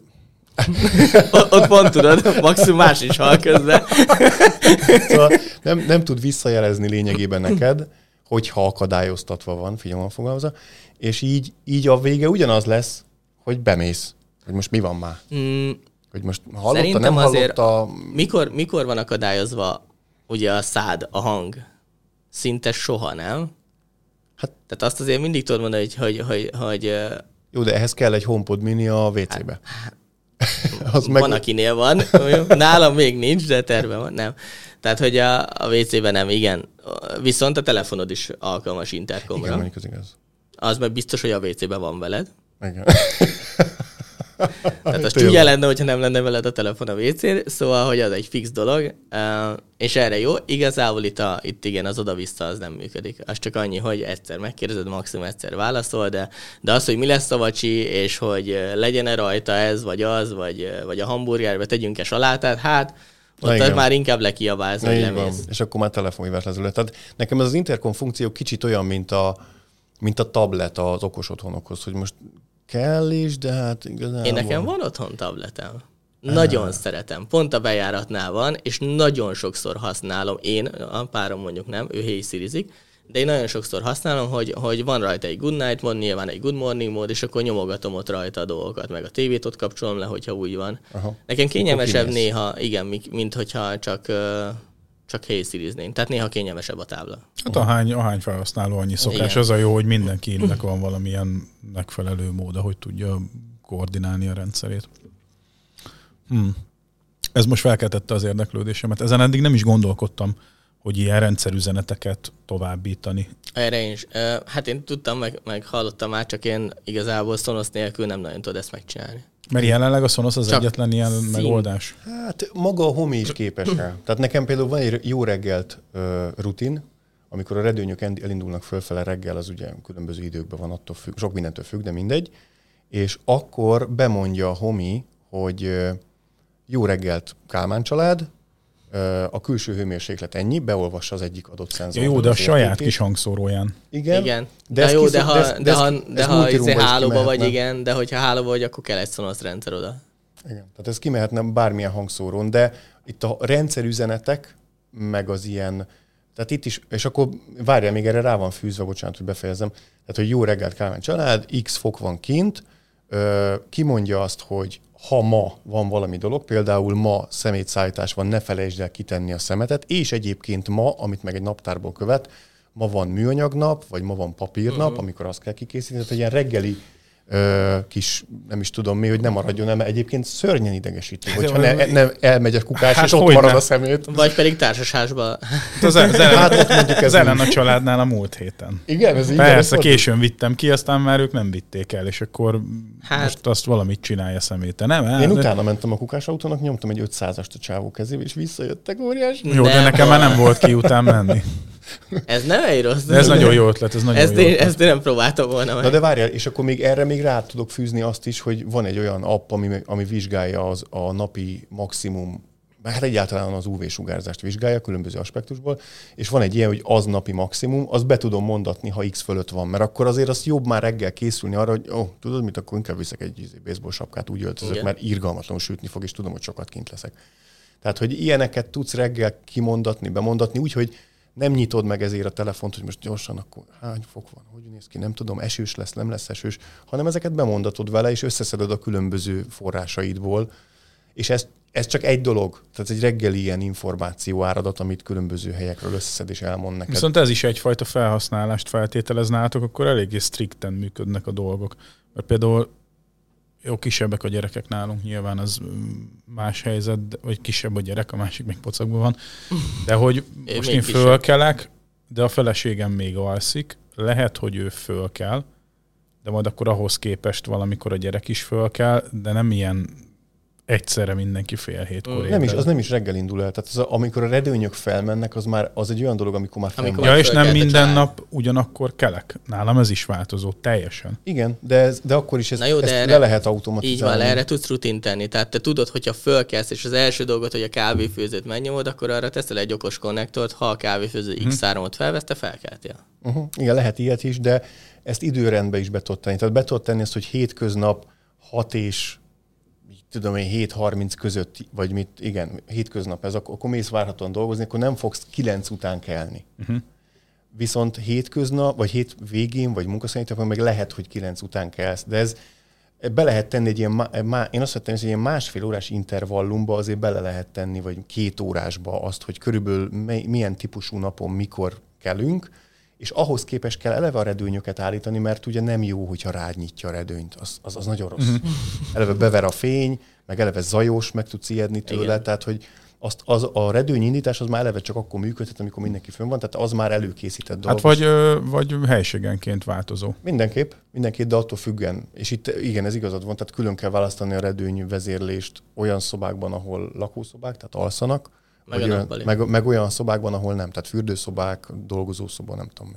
Ott pont tudod, maximum más is hall közben. Szóval nem, nem tud visszajelezni lényegében neked, hogyha akadályoztatva van, figyelem fogalmazza, és így, így a vége ugyanaz lesz, hogy bemész. Hogy most mi van már? Mm. Hogy most hallotta, Szerintem nem hallotta... Mikor, mikor van akadályozva ugye a szád, a hang? Szinte soha, nem? Hát, tehát azt azért mindig tudod mondani, hogy... hogy, hogy, hogy jó, de ehhez kell egy HomePod mini a vé cébe. Az van, meg... akinél van. Nálam még nincs, de terve van. Nem. Tehát, hogy a, a vé cében nem, igen. Viszont a telefonod is alkalmas interkomra. Igen, mondjuk az igaz. Az meg biztos, hogy a vé cében van veled. Igen. Tehát az csúnya lenne, hogyha nem lenne veled a telefon a vé cén, szóval, hogy az egy fix dolog, és erre jó. Igazából itt, a, itt igen, az oda-vissza az nem működik. Az csak annyi, hogy egyszer megkérdezed, maximum egyszer válaszol, de, de az, hogy mi lesz a vacsi, és hogy legyen-e rajta ez, vagy az, vagy, vagy a hamburgerbe tegyünk-e salátát, hát ott az már inkább lekiabálsz, hogy lemész. És akkor már telefonhívás lesz. Tehát nekem ez az interkom funkció kicsit olyan, mint a, mint a tablet az okos otthonokhoz, hogy most kell is, de hát igazából... Én nekem van otthon tabletem. Nagyon ah. szeretem. Pont a bejáratnál van, és nagyon sokszor használom. Én, a párom mondjuk nem, ő hey Sirizik, de én nagyon sokszor használom, hogy, hogy van rajta egy good night mód, nyilván egy good morning mód, és akkor nyomogatom ott rajta a dolgokat, meg a tévét ott kapcsolom le, hogyha úgy van. Aha. Nekem kényelmesebb néha, igen, mint hogyha csak... csak hey Siriznénk. Tehát néha kényelmesebb a tábla. Hát ahány, ahány felhasználó, annyi szokás. Igen. Az a jó, hogy mindenkinek van valamilyen megfelelő mód, hogy tudja koordinálni a rendszerét. Hm. Ez most felkeltette az érdeklődésemet. Ezen eddig nem is gondolkodtam, hogy ilyen rendszerüzeneteket továbbítani. Erre is. Hát én tudtam, meg, meg hallottam már, csak én igazából Sonos nélkül nem nagyon tudod ezt megcsinálni. Mert jelenleg a Sonos az csak egyetlen ilyen szín. megoldás? Hát maga a Homi is képes rá. Tehát nekem például van egy jó reggelt uh, rutin, amikor a redőnyök elindulnak fölfele reggel, az ugye különböző időkben van, attól függ, sok mindentől függ, de mindegy, és akkor bemondja a Homi, hogy uh, jó reggelt Kálmán család, a külső hőmérséklet ennyi, beolvassa az egyik adott szenzort. Ja, jó, de a saját kis hangszóróján. Igen. igen. De, de jó, de ha, de, de ha, de ha hálóba vagy, igen, de hogyha hálóba vagy, akkor kell egy Sonos rendszer oda. Igen, tehát ez kimehetne bármilyen hangszórón, de itt a rendszerüzenetek, meg az ilyen, tehát itt is, és akkor várjál, még erre rá van fűzve, bocsánat, hogy befejezem, tehát, hogy jó reggelt Kálmán család, X fok van kint, kimondja azt, hogy ha ma van valami dolog, például ma szemétszállítás van, ne felejtsd el kitenni a szemetet, és egyébként ma, amit meg egy naptárból követ, ma van műanyagnap, vagy ma van papírnap, uh-huh. amikor azt kell kikészíteni, tehát egy ilyen reggeli ö, kis, nem is tudom mi, hogy nem maradjon el, mert egyébként szörnyen idegesítő, hogyha ne, ne elmegy a kukás, hát és ott marad nem. a szemét. Vagy pedig társasházba. Az ellen a családnál a múlt héten. Igen, ez így. Persze, későn vittem ki, aztán már ők nem vitték el, és akkor hát. most azt valamit csinálja szeméte, nem? El, Én de... utána mentem a kukás autónak, nyomtam egy ötszázast a csávó kezébe, és visszajöttek óriás. Jó, de, de nekem már nem volt ki után menni. Ez nem egy rossz. De ez nagyon jó ötlet, ez nagyon ezt jó én, ötlet. Ezt én nem próbáltam volna meg. Na de várjál, és akkor még erre még rá tudok fűzni azt is, hogy van egy olyan app, ami, ami vizsgálja az, a napi maximum, hát egyáltalán az ú vé-sugárzást vizsgálja különböző aspektusból, és van egy ilyen, hogy az napi maximum, azt be tudom mondatni, ha X fölött van, mert akkor azért az jobb már reggel készülni arra, hogy ó, oh, tudod mit, akkor inkább viszek egy baseball sapkát, úgy öltözök, igen, mert irgalmatlanul sütni fog, és tudom, hogy sokat kint leszek. Tehát, hogy ilyeneket tudsz reggel kimondatni, bemondatni, úgyhogy nem nyitod meg ezért a telefont, hogy most gyorsan, akkor hány fok van, hogy néz ki, nem tudom, esős lesz, nem lesz esős, hanem ezeket bemondatod vele, és összeszeded a különböző forrásaidból, és ez, ez csak egy dolog, tehát egy reggeli ilyen információ áradat, amit különböző helyekről összeszed és elmond neked. Viszont ez is egyfajta felhasználást feltételez nálatok, akkor eléggé strikten működnek a dolgok. Mert például jó, kisebbek a gyerekek nálunk, nyilván az más helyzet, vagy kisebb a gyerek, a másik még pocakban van. De hogy én most én fölkelek, de a feleségem még alszik, lehet, hogy ő fölkel, de majd akkor ahhoz képest valamikor a gyerek is fölkel, de nem ilyen egyszerre mindenki fél hétkor. Nem is, az nem is reggel indul el. Tehát az, amikor a redőnyök felmennek, az már az egy olyan dolog, amikor már fenn van. Ja, és nem minden nap ugyanakkor kelek. Nálam ez is változó, teljesen. Igen, de, ez, de akkor is ez, jó, ezt erre, le lehet automatizálni. Így van, erre tudsz rutin tenni. Tehát te tudod, hogyha fölkelsz, és az első dolgot, hogy a kávéfőzőt megnyomod, akkor arra teszel egy okos konnektort, ha a kávéfőző hmm. X áramot felvesz, te felkeltél. Uh-huh. Igen, lehet ilyet is, de ezt időrendbe is be tudod tenni. Tehát be tudod tenni ezt, hogy hétköznap hat és tudom én, hét harminc között, vagy mit, igen, hétköznap ez, akkor mész várhatóan dolgozni, akkor nem fogsz kilenc után kelni. Uh-huh. Viszont hétköznap, vagy hét végén, vagy munkaszakítában meg lehet, hogy kilenc után kelsz, de ez be lehet tenni egy ilyen, má, én azt vettem, hogy egy ilyen másfél órás intervallumba azért bele lehet tenni, vagy két órásba azt, hogy körülbelül milyen típusú napon mikor kelünk, és ahhoz képest kell eleve a redőnyöket állítani, mert ugye nem jó, hogyha rád nyitja a redőnyt. Az, az, az nagyon rossz. Mm-hmm. Eleve bever a fény, meg eleve zajos, meg tudsz ijedni tőle, igen. Tehát hogy azt, az, a redőnyindítás az már eleve csak akkor működhet, amikor mindenki fönn van, tehát az már előkészített dolog. Hát vagy, vagy helységenként változó. Mindenképp, mindenképp, de attól függen. És itt igen, ez igazad van, tehát külön kell választani a redőny vezérlést olyan szobákban, ahol lakószobák, tehát alszanak, Meg, olyan, meg, meg olyan szobákban, ahol nem. Tehát fürdőszobák, dolgozószoba, nem tudom.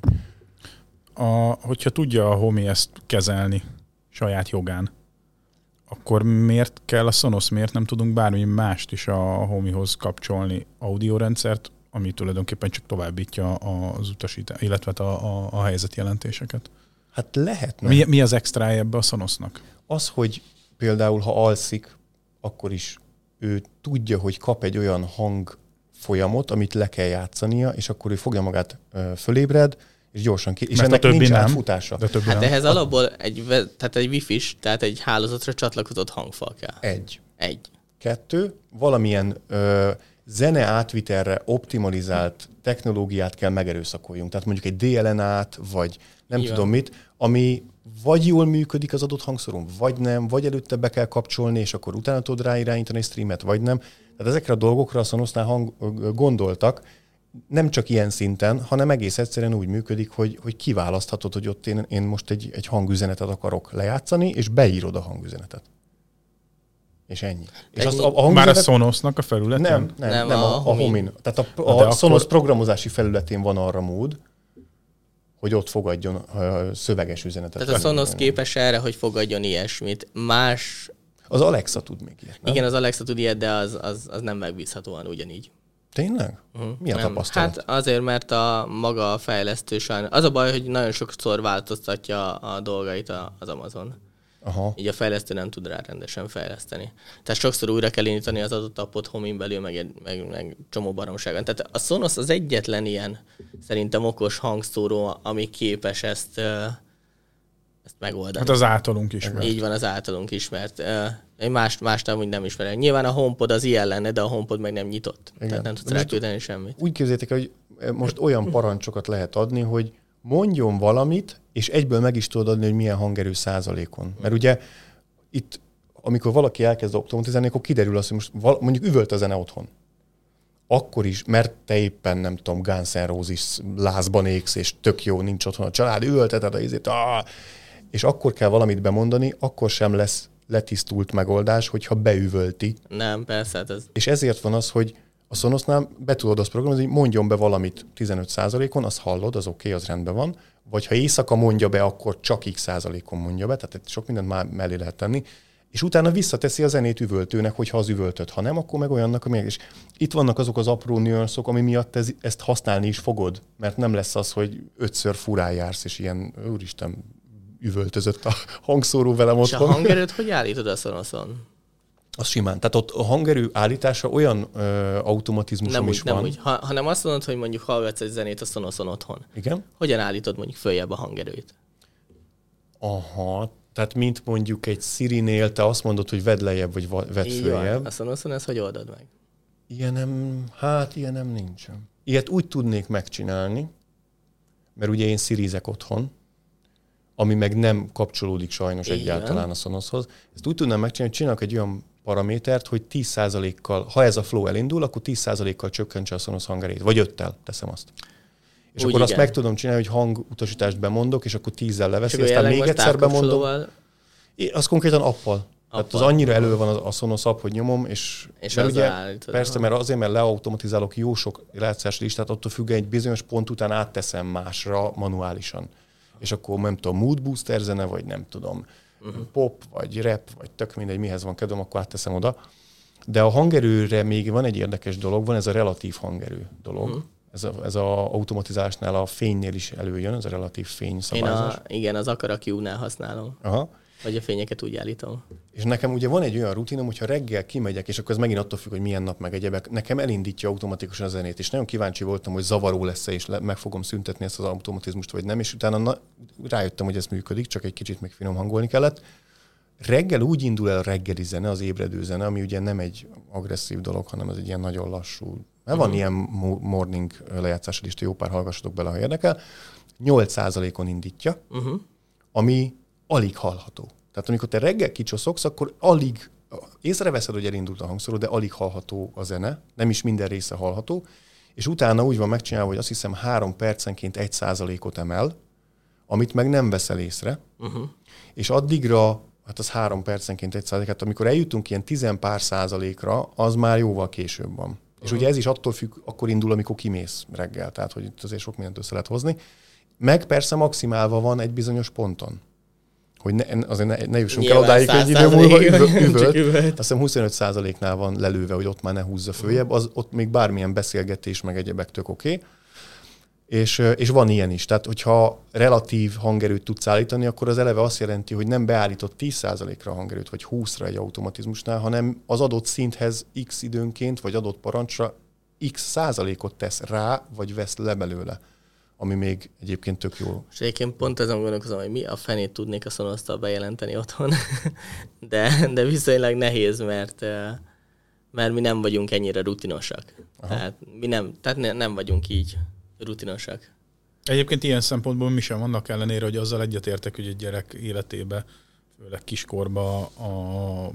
A, hogyha tudja a Homi ezt kezelni saját jogán, akkor miért kell a Sonos, miért nem tudunk bármi mást is a Homihoz kapcsolni audiórendszert, ami tulajdonképpen csak továbbítja az utasítás, illetve a, a, a helyzetjelentéseket? Hát lehetne. Mi, mi az extrája ebbe a Sonosnak? Az, hogy például, ha alszik, akkor is ő tudja, hogy kap egy olyan hang folyamot, amit le kell játszania, és akkor ő fogja magát ö, fölébred, és gyorsan ki, és ennek nincs nem. átfutása. De hát ehhez a... alapból egy, tehát egy wifi-s, tehát egy hálózatra csatlakozott hangfal kell. Egy. Egy. Kettő, valamilyen ö, zene átvitelre optimalizált technológiát kell megerőszakoljunk. Tehát mondjuk egy dé el en át, vagy nem Igen. tudom mit, ami vagy jól működik az adott hangszoron, vagy nem, vagy előtte be kell kapcsolni, és akkor utána tudod ráirányítani a streamet, vagy nem. Tehát ezekre a dolgokra a Sonosnál hang, gondoltak, nem csak ilyen szinten, hanem egész egyszerűen úgy működik, hogy, hogy kiválaszthatod, hogy ott én, én most egy, egy hangüzenetet akarok lejátszani, és beírod a hangüzenetet. És ennyi. És azt, a, a hangüzenet... Már a Sonosnak a felületén? Nem, nem, nem, nem a, a Homin. Tehát a, a, a Sonos akkor... programozási felületén van arra mód, hogy ott fogadjon uh, szöveges üzenetet. Tehát a Sonos képes erre, hogy fogadjon ilyesmit. Más... Az Alexa tud még ilyet, nem? Igen, az Alexa tud ilyet, de az, az, az nem megbízhatóan ugyanígy. Tényleg? Uh-huh. Mi a nem. tapasztalat? Hát azért, mert a maga a fejlesztő sajnos... Az a baj, hogy nagyon sokszor változtatja a dolgait az Amazon. Aha. Így a fejlesztő nem tud rá rendesen fejleszteni. Tehát sokszor újra kell indítani az adott appot Homin belül, meg, meg, meg csomó baromságon. Tehát a Sonos az egyetlen ilyen szerintem okos hangszóró, ami képes ezt, ezt megoldani. Hát az általunk ismert. Így van, az általunk ismert. Én más, más nem, nem ismerek. Nyilván a HomePod az ilyen lenne, de a HomePod meg nem nyitott. Igen. Tehát nem tudsz ráküldeni semmit. Úgy képzeljétek, hogy most olyan parancsokat lehet adni, hogy mondjon valamit, és egyből meg is tudod adni, hogy milyen hangerő százalékon. Mert ugye itt, amikor valaki elkezd automatizálni, akkor kiderül az, hogy most val- mondjuk üvölt a zene otthon. Akkor is, mert te éppen, nem tudom, Guns N' Roses lázban égsz, és tök jó, nincs otthon a család, üvölteted a izét, áh! És akkor kell valamit bemondani, akkor sem lesz letisztult megoldás, hogyha beüvölti. Nem, persze. Hát ez... És ezért van az, hogy A Sonosnál be tudod azt programozni, hogy mondjon be valamit tizenöt százalékon, azt hallod, az oké, okay, az rendben van. Vagy ha éjszaka mondja be, akkor csak x százalékon mondja be, tehát sok mindent már mellé lehet tenni. És utána visszateszi a zenét üvöltőnek, hogyha az üvöltött. Ha nem, akkor meg olyannak, ami... És itt vannak azok az apró nüanszok, ami miatt ez, ezt használni is fogod. Mert nem lesz az, hogy ötször furán jársz, és ilyen, úristen, üvöltözött a hangszóró velem otthon. És a hangerőt hogy állítod a Sonoson? Az simán. Tehát ott a hangerő állítása olyan ö, automatizmusom nem is úgy, van. Nem úgy, ha, hanem azt mondod, hogy mondjuk hallgatsz egy zenét a Sonoson otthon. Igen. Hogyan állítod mondjuk följebb a hangerőt? Aha, tehát mint mondjuk egy Siri-nél te azt mondod, hogy vedd lejjebb, vagy vedd följebb. A Sonoson ezt hogy oldod meg? Ilyen nem, hát ilyen nem nincsen. Ilyet úgy tudnék megcsinálni, mert ugye én Sirizek otthon, ami meg nem kapcsolódik sajnos igen. egyáltalán a Sonoshoz. Ezt úgy tudnám megcsinálni, hogy csinálok egy olyan paramétert, hogy tíz százalékkal, ha ez a flow elindul, akkor tíz százalékkal csökkentse a Sonos hangerét. Vagy öttel teszem azt. És úgy akkor igen. azt meg tudom csinálni, hogy hangutasítást bemondok, és akkor tízzel leveszi, aztán még egyszer bemondom. Az konkrétan appal. Tehát az annyira elő van a Sonos app, hogy nyomom, és, és mert ugye, persze, mert azért, mert leautomatizálok jó sok lejátszási listát, attól függően egy bizonyos pont után átteszem másra manuálisan. És akkor nem tudom, mood booster zene, vagy nem tudom, uh-huh. pop, vagy rap, vagy tök mindegy, mihez van kedvem, akkor átteszem oda. De a hangerőre még van egy érdekes dolog, van ez a relatív hangerő dolog. Uh-huh. Ez a, ez a automatizálásnál a fénynél is előjön, ez a relatív fény szabályozás. Én a, igen, az Akara Q-nál használom. Aha. Vagy a fényeket úgy állítom. És nekem ugye van egy olyan rutinom, hogyha reggel kimegyek, és akkor ez megint attól függ, hogy milyen nap meg egyebek, nekem elindítja automatikusan a zenét, és nagyon kíváncsi voltam, hogy zavaró lesz-e, és le, meg fogom szüntetni ezt az automatizmust, vagy nem, és utána na, rájöttem, hogy ez működik, csak egy kicsit még finom hangolni kellett. Reggel úgy indul el a reggeli zene, az ébredő zene, ami ugye nem egy agresszív dolog, hanem ez egy ilyen nagyon lassú. Mert uh-huh. van ilyen morning lejátszási lista, jó pár hallgassatok bele, ha érdekel. nyolc százalékon indítja, uh-huh. ami alig hallható. Tehát amikor te reggel kicsoszogsz, akkor alig, észreveszed, hogy elindult a hangszóró, de alig hallható a zene, nem is minden része hallható, és utána úgy van megcsinálva, hogy azt hiszem három percenként egy százalékot emel, amit meg nem veszel észre, uh-huh. és addigra, hát az három percenként egy százalék, hát amikor eljutunk ilyen tizen pár százalékra, az már jóval később van. Uh-huh. És ugye ez is attól függ, akkor indul, amikor kimész reggel, tehát hogy itt azért sok mindent össze lehet hozni. Meg persze maximálva van egy bizonyos ponton. Hogy ne, azért ne, ne jussunk el odáig, hogy idő múlva üvölt. Azt hiszem huszonöt százaléknál van lelőve, hogy ott már ne húzza följebb, az, ott még bármilyen beszélgetés, meg egyebek tök oké. Okay. És, és van ilyen is. Tehát, hogyha relatív hangerőt tudsz állítani, akkor az eleve azt jelenti, hogy nem beállított tíz százalékra a hangerőt, vagy húszra egy automatizmusnál, hanem az adott szinthez x időnként, vagy adott parancsra x százalékot tesz rá, vagy vesz le belőle. Ami még egyébként tök jó. És egyébként pont ezen gondolkozom, hogy mi a fenét tudnék a Sonosztal bejelenteni otthon, de, de viszonylag nehéz, mert, mert mi nem vagyunk ennyire rutinosak. Aha. Tehát mi nem, tehát ne, nem vagyunk így rutinosak. Egyébként ilyen szempontból mi sem vannak ellenére, hogy azzal egyetértek, hogy egy gyerek életébe, főleg kiskorba a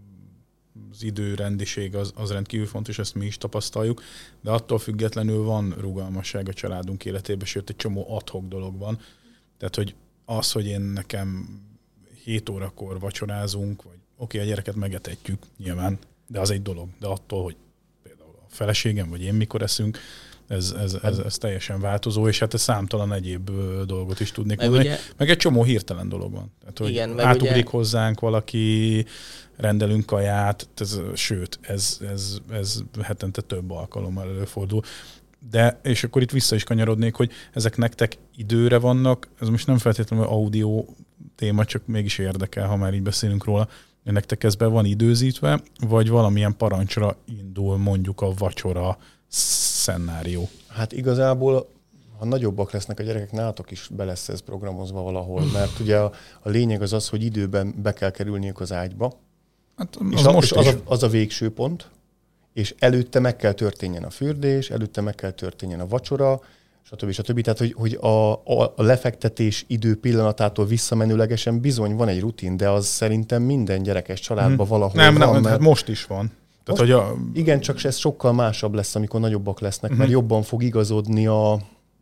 az időrendiség az, az rendkívül fontos, ezt mi is tapasztaljuk, de attól függetlenül van rugalmasság a családunk életében, sőt egy csomó ad-hoc dolog van. Tehát, hogy az, hogy én nekem hét órakor vacsorázunk, vagy oké, okay, a gyereket megetetjük nyilván, de az egy dolog. De attól, hogy például a feleségem, vagy én mikor eszünk, ez, ez, ez, ez teljesen változó, és hát ez számtalan egyéb dolgot is tudnék meg mondani. Ugye, meg egy csomó hirtelen dolog van. Tehát, hogy igen, átugrik ugye, hozzánk valaki, rendelünk kaját, ez, sőt, ez, ez, ez hetente több alkalommal előfordul. De, és akkor itt vissza is kanyarodnék, hogy ezek nektek időre vannak, ez most nem feltétlenül audio téma, csak mégis érdekel, ha már így beszélünk róla, hogy nektek ez be van időzítve, vagy valamilyen parancsra indul mondjuk a vacsora szenárió. Hát igazából, ha nagyobbak lesznek a gyerekek, nálatok is be lesz ez programozva valahol, mert ugye a, a lényeg az az, hogy időben be kell kerülniük az ágyba, hát az és, most az, az, a, az a végső pont, és előtte meg kell történjen a fürdés, előtte meg kell történjen a vacsora, stb. stb. Tehát, hogy, hogy a, a, a lefektetés idő pillanatától visszamenőlegesen bizony van egy rutin, de az szerintem minden gyerekes családban hmm. valahol nem, van. Nem, mert... hát most is van. Tehát, most, hogy a... Igen, csak ez sokkal másabb lesz, amikor nagyobbak lesznek, uh-huh. mert jobban fog igazodni a,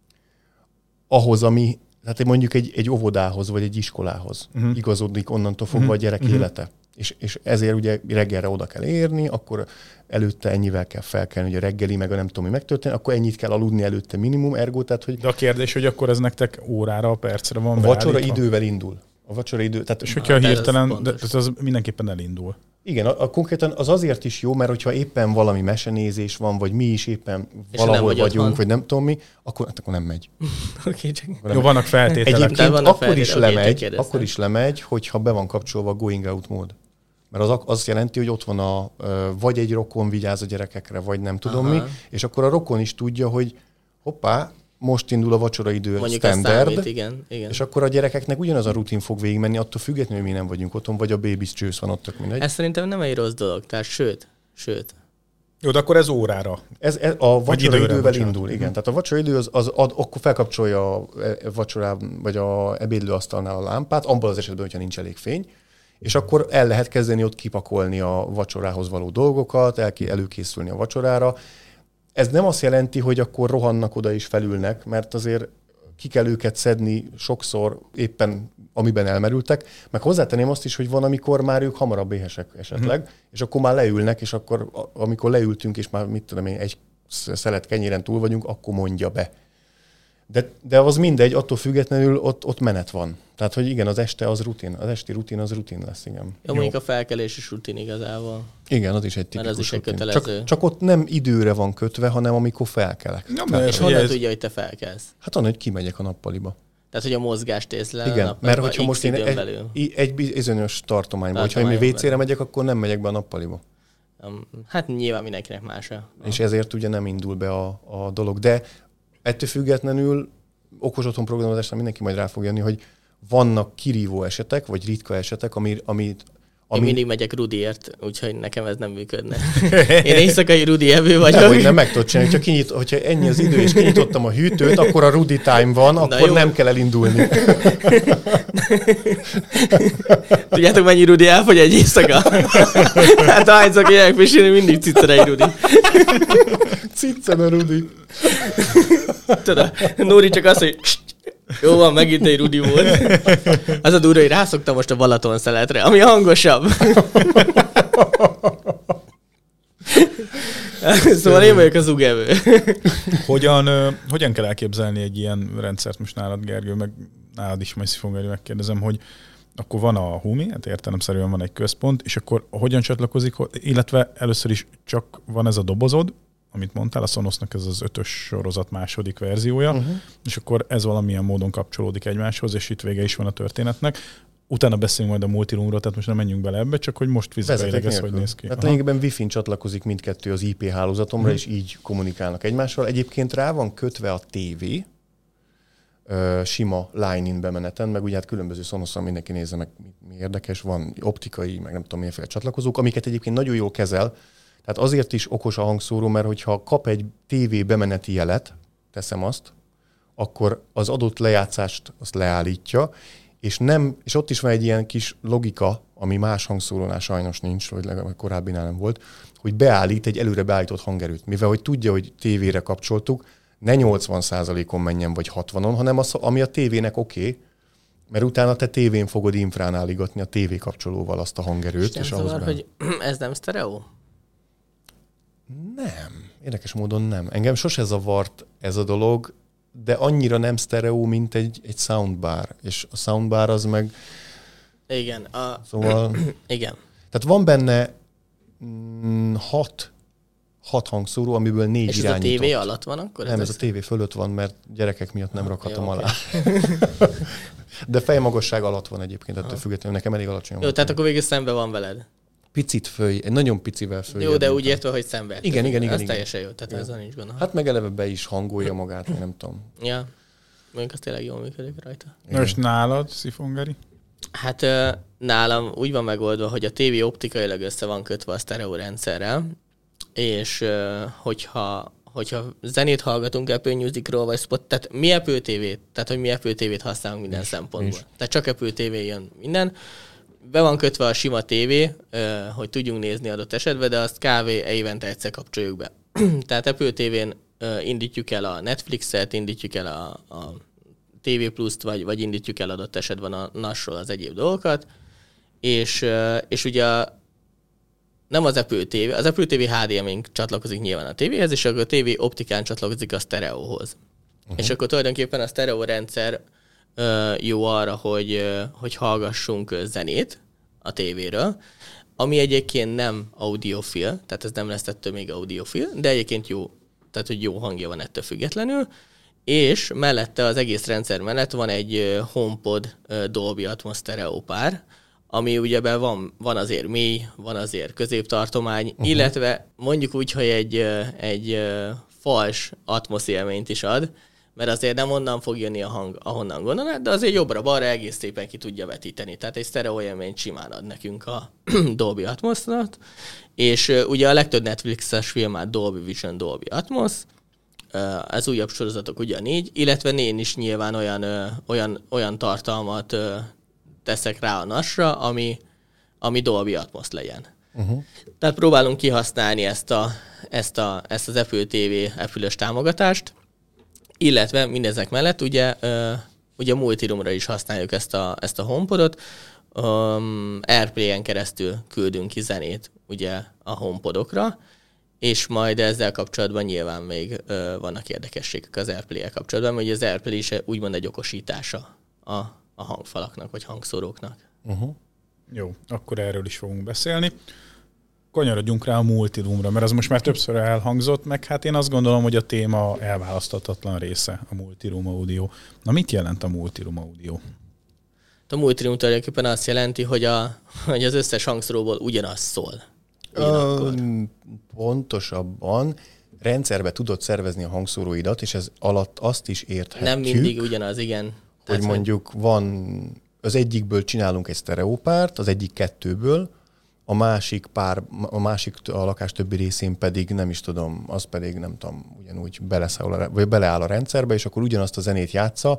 ahhoz, ami, hát mondjuk egy, egy óvodához, vagy egy iskolához uh-huh. igazodnik onnantól fogva uh-huh. a gyerek uh-huh. élete. És, és ezért ugye reggelre oda kell érni, akkor előtte ennyivel kell felkelni, hogy a reggeli, meg a nem tudom, mi megtörténik, akkor ennyit kell aludni előtte minimum, ergo, tehát, hogy... De a kérdés, hogy akkor ez nektek órára, percre van A vacsora idővel indul. A vacsora idő... Tehát, és hogyha hirtelen, de az, az mindenképpen elindul. Igen, a, a konkrétan az azért is jó, mert hogyha éppen valami mesenézés van, vagy mi is éppen és valahol vagy vagyunk, otthon. Vagy nem tudom mi, akkor, hát akkor nem megy. okay, csak... Jó, vannak feltételek. Egyébként vannak akkor, is okay, lemegy, akkor is lemegy, hogyha be van kapcsolva a going out mód. Mert az azt jelenti, hogy ott van a, vagy egy rokon vigyáz a gyerekekre, vagy nem tudom Aha. mi, és akkor a rokon is tudja, hogy hoppá, most indul a vacsoraidő standard, számít, igen, igen. és akkor a gyerekeknek ugyanaz a rutin fog végigmenni, attól függetlenül, hogy mi nem vagyunk otthon, vagy a baby's csősz van ott, tök mindegy. Ez szerintem nem egy rossz dolog, tehát sőt, sőt. Jó, de akkor ez órára. Ez, ez a vacsoraidővel indul, igen. Tehát a vacsoraidő az, az ad, akkor felkapcsolja a vacsorában, vagy a ebédlőasztalnál a lámpát, abban az esetben, hogyha nincs elég fény, és akkor el lehet kezdeni ott kipakolni a vacsorához való dolgokat, el, előkészülni a vacsorára. Ez nem azt jelenti, hogy akkor rohannak oda és felülnek, mert azért ki kell őket szedni sokszor éppen, amiben elmerültek, meg hozzátenném azt is, hogy van, amikor már ők hamarabb éhesek esetleg, mm. és akkor már leülnek, és akkor amikor leültünk, és már mit tudom én, egy szelet kenyéren túl vagyunk, akkor mondja be. De, de az mindegy, attól függetlenül ott, ott menet van. Tehát, hogy igen, az este az rutin. Az esti rutin az rutin lesz, igen. Ja, mondjuk a felkelés is rutin igazából. Igen, az is egy tipikus az is rutin. Egy kötelező. Csak, csak ott nem időre van kötve, hanem amikor felkelek. Ja, tehát, és honnan ez... tudja, hogy te felkelsz? Hát onnan, hogy kimegyek a nappaliba. Tehát, hogy a mozgást észlel igen, a mert hogyha most én egy, egy bizonyos tartományban, hogyha én vécére megyek, akkor nem megyek be a nappaliba. Hát nyilván mindenkinek más. És ezért ugye nem indul be a, a dolog. De ettől függetlenül okos otthon programozásra mindenki majd rá fog jönni, hogy vannak kirívó esetek, vagy ritka esetek, ami, amit Ami... Én mindig megyek Rudiért, úgyhogy nekem ez nem működne. Én éjszakai Rudi evő vagyok. Nem, hogy nem meg tudod csinálni, hogyha, kinyit, hogyha ennyi az idő, és kinyitottam a hűtőt, akkor a Rudi time van, Na akkor jó. nem kell elindulni. Tudjátok, mennyi Rudi elfogy egy éjszaka? Hát ahányszor jönnek pisélni, mindig ciccen egy Rudi. Ciccen a Rudi. Tudod, Nóri csak azt, hogy jó van, megint egy Rudi volt. Az a durva, hogy rászoktam most a Balaton szeletre, ami hangosabb. Szóval én vagyok az ugevő. Hogyan, uh, hogyan kell elképzelni egy ilyen rendszert most nálad, Gergő, meg nálad is, majd Szifongeri megkérdezem, hogy akkor van a Humi, hát értelemszerűen van egy központ, és akkor hogyan csatlakozik, illetve először is csak van ez a dobozod, amit mondtál, a Sonosnak ez az ötös sorozat második verziója, uh-huh. és akkor ez valamilyen módon kapcsolódik egymáshoz, és itt vége is van a történetnek. Utána beszélünk majd a multiroomról, tehát most nem menjünk bele ebbe, csak hogy most fizikailag ez hogy néz ki. Tehát lényegében Wi-Fi-n csatlakozik mindkettő az I P hálózatomra, uh-huh. és így kommunikálnak egymással. Egyébként rá van kötve a tévé, sima line-in bemeneten, meg ugye hát különböző Sonosszal mindenki nézze meg, mi érdekes, van optikai, meg nem tudom milyenféle csatlakozók, amiket egyébként nagyon jól kezel. Tehát azért is okos a hangszóró, mert hogyha kap egy tévé bemeneti jelet, teszem azt, akkor az adott lejátszást azt leállítja, és, nem, és ott is van egy ilyen kis logika, ami más hangszórónál sajnos nincs, vagy legalább korábbinál nem volt, hogy beállít egy előre beállított hangerőt. Mivel hogy tudja, hogy tévére kapcsoltuk, ne nyolcvan százalékon menjen, vagy hatvanon, hanem az, ami a tévének oké, okay, mert utána te tévén fogod infrán állígatni a tévé kapcsolóval azt a hangerőt. És, és ahhoz szóval, hogy ez nem sztereó? Nem. Érdekes módon nem. Engem sose zavart ez a dolog, de annyira nem sztereó, mint egy, egy soundbar. És a soundbar az meg... Igen. A... Szóval... Igen. Tehát van benne mm, hat, hat hangszóró, amiből négy és irányított. És ez a tévé alatt van akkor? Nem, ez, ez a tévé fölött van, mert gyerekek miatt nem rakhatom jó, alá. Okay. De fejmagasság alatt van egyébként, ettől függetlenül. Nekem elég alacsony. Jó, tehát akkor végül szembe van veled. Picit föl, egy nagyon picivel föl. Jó, de úgy értve, hogy szembe. Igen, igen, igen. Ez igen. teljesen jó, tehát ez nincs benne. Hát meg eleve be is hangolja magát, nem tudom. Ja, mondjuk az tényleg jól működik rajta. Most nálad, Szifongeri? Hát nálam úgy van megoldva, hogy a tévé optikailag össze van kötve a sztereó rendszerrel, és hogyha, hogyha zenét hallgatunk Apple Musicról, vagy Spot, tehát mi Apple té vét, tehát hogy mi Apple té vét használunk minden és, szempontból. És. Tehát csak Apple té vé jön minden. Be van kötve a sima tévé, hogy tudjunk nézni adott esetben, de azt kávé évente egyszer kapcsoljuk be. Tehát Apple té vén indítjuk el a Netflixet, indítjuk el a, a té vé Plus-t, vagy, vagy indítjuk el adott esetben a nasról az egyéb dolgokat, és, és ugye nem az Apple té vé, az Apple té vé há dé em i-n csatlakozik nyilván a tévéhez, és akkor a tévé optikán csatlakozik a sztereóhoz. Uh-huh. És akkor tulajdonképpen a sztereó rendszer jó arra, hogy, hogy hallgassunk zenét a tévéről, ami egyébként nem audiofil, tehát ez nem lesz ettől még audiofil, de egyébként jó, tehát hogy jó hangja van ettől függetlenül, és mellette az egész rendszer mellett van egy HomePod Dolby Atmos stereo pár, ami ugyebben van, van azért mély, van azért középtartomány, uh-huh. illetve mondjuk úgy, hogy egy, egy fals Atmos élményt is ad, mert azért nem onnan fog jönni a hang, ahonnan gondolnád, de azért jobbra-balra egész szépen ki tudja vetíteni. Tehát egy sztereó élményt simán ad nekünk a Dolby Atmosnak, és uh, ugye a legtöbb Netflixes filmát Dolby Vision, Dolby Atmos, uh, az újabb sorozatok ugyanígy, illetve én is nyilván olyan, uh, olyan, olyan tartalmat uh, teszek rá a nasra, ami, ami Dolby Atmos legyen. Uh-huh. Tehát próbálunk kihasználni ezt, a, ezt, a, ezt az Apple té vé Apple-ös támogatást, illetve mindezek mellett ugye, uh, ugye multiroomra is használjuk ezt a, ezt a HomePodot, um, AirPlay-en keresztül küldünk ki zenét ugye a HomePodokra, és majd ezzel kapcsolatban nyilván még uh, vannak érdekességek az AirPlay-el kapcsolatban, mert ugye az AirPlay is úgymond egy okosítása a, a hangfalaknak, vagy hangszóróknak. Uh-huh. Jó, akkor erről is fogunk beszélni. Kanyarodjunk rá a multiroomra, mert az most már többször elhangzott, meg hát én azt gondolom, hogy a téma elválaszthatatlan része, a multiroom audio. Na mit jelent a multiroom audio? A multiroom tulajdonképpen azt jelenti, hogy, a, hogy az összes hangszóróból ugyanaz szól. Ugyanakkor. Pontosabban rendszerbe tudod szervezni a hangszóróidat, és ez alatt azt is érthetjük. Nem mindig ugyanaz, igen. Hogy Tehát, mondjuk van, az egyikből csinálunk egy sztereópárt, az egyik kettőből, a másik pár, a másik a lakás többi részén pedig nem is tudom, az pedig nem tudom, ugyanúgy beleszáll a, vagy beleáll a rendszerbe, és akkor ugyanazt a zenét játsza,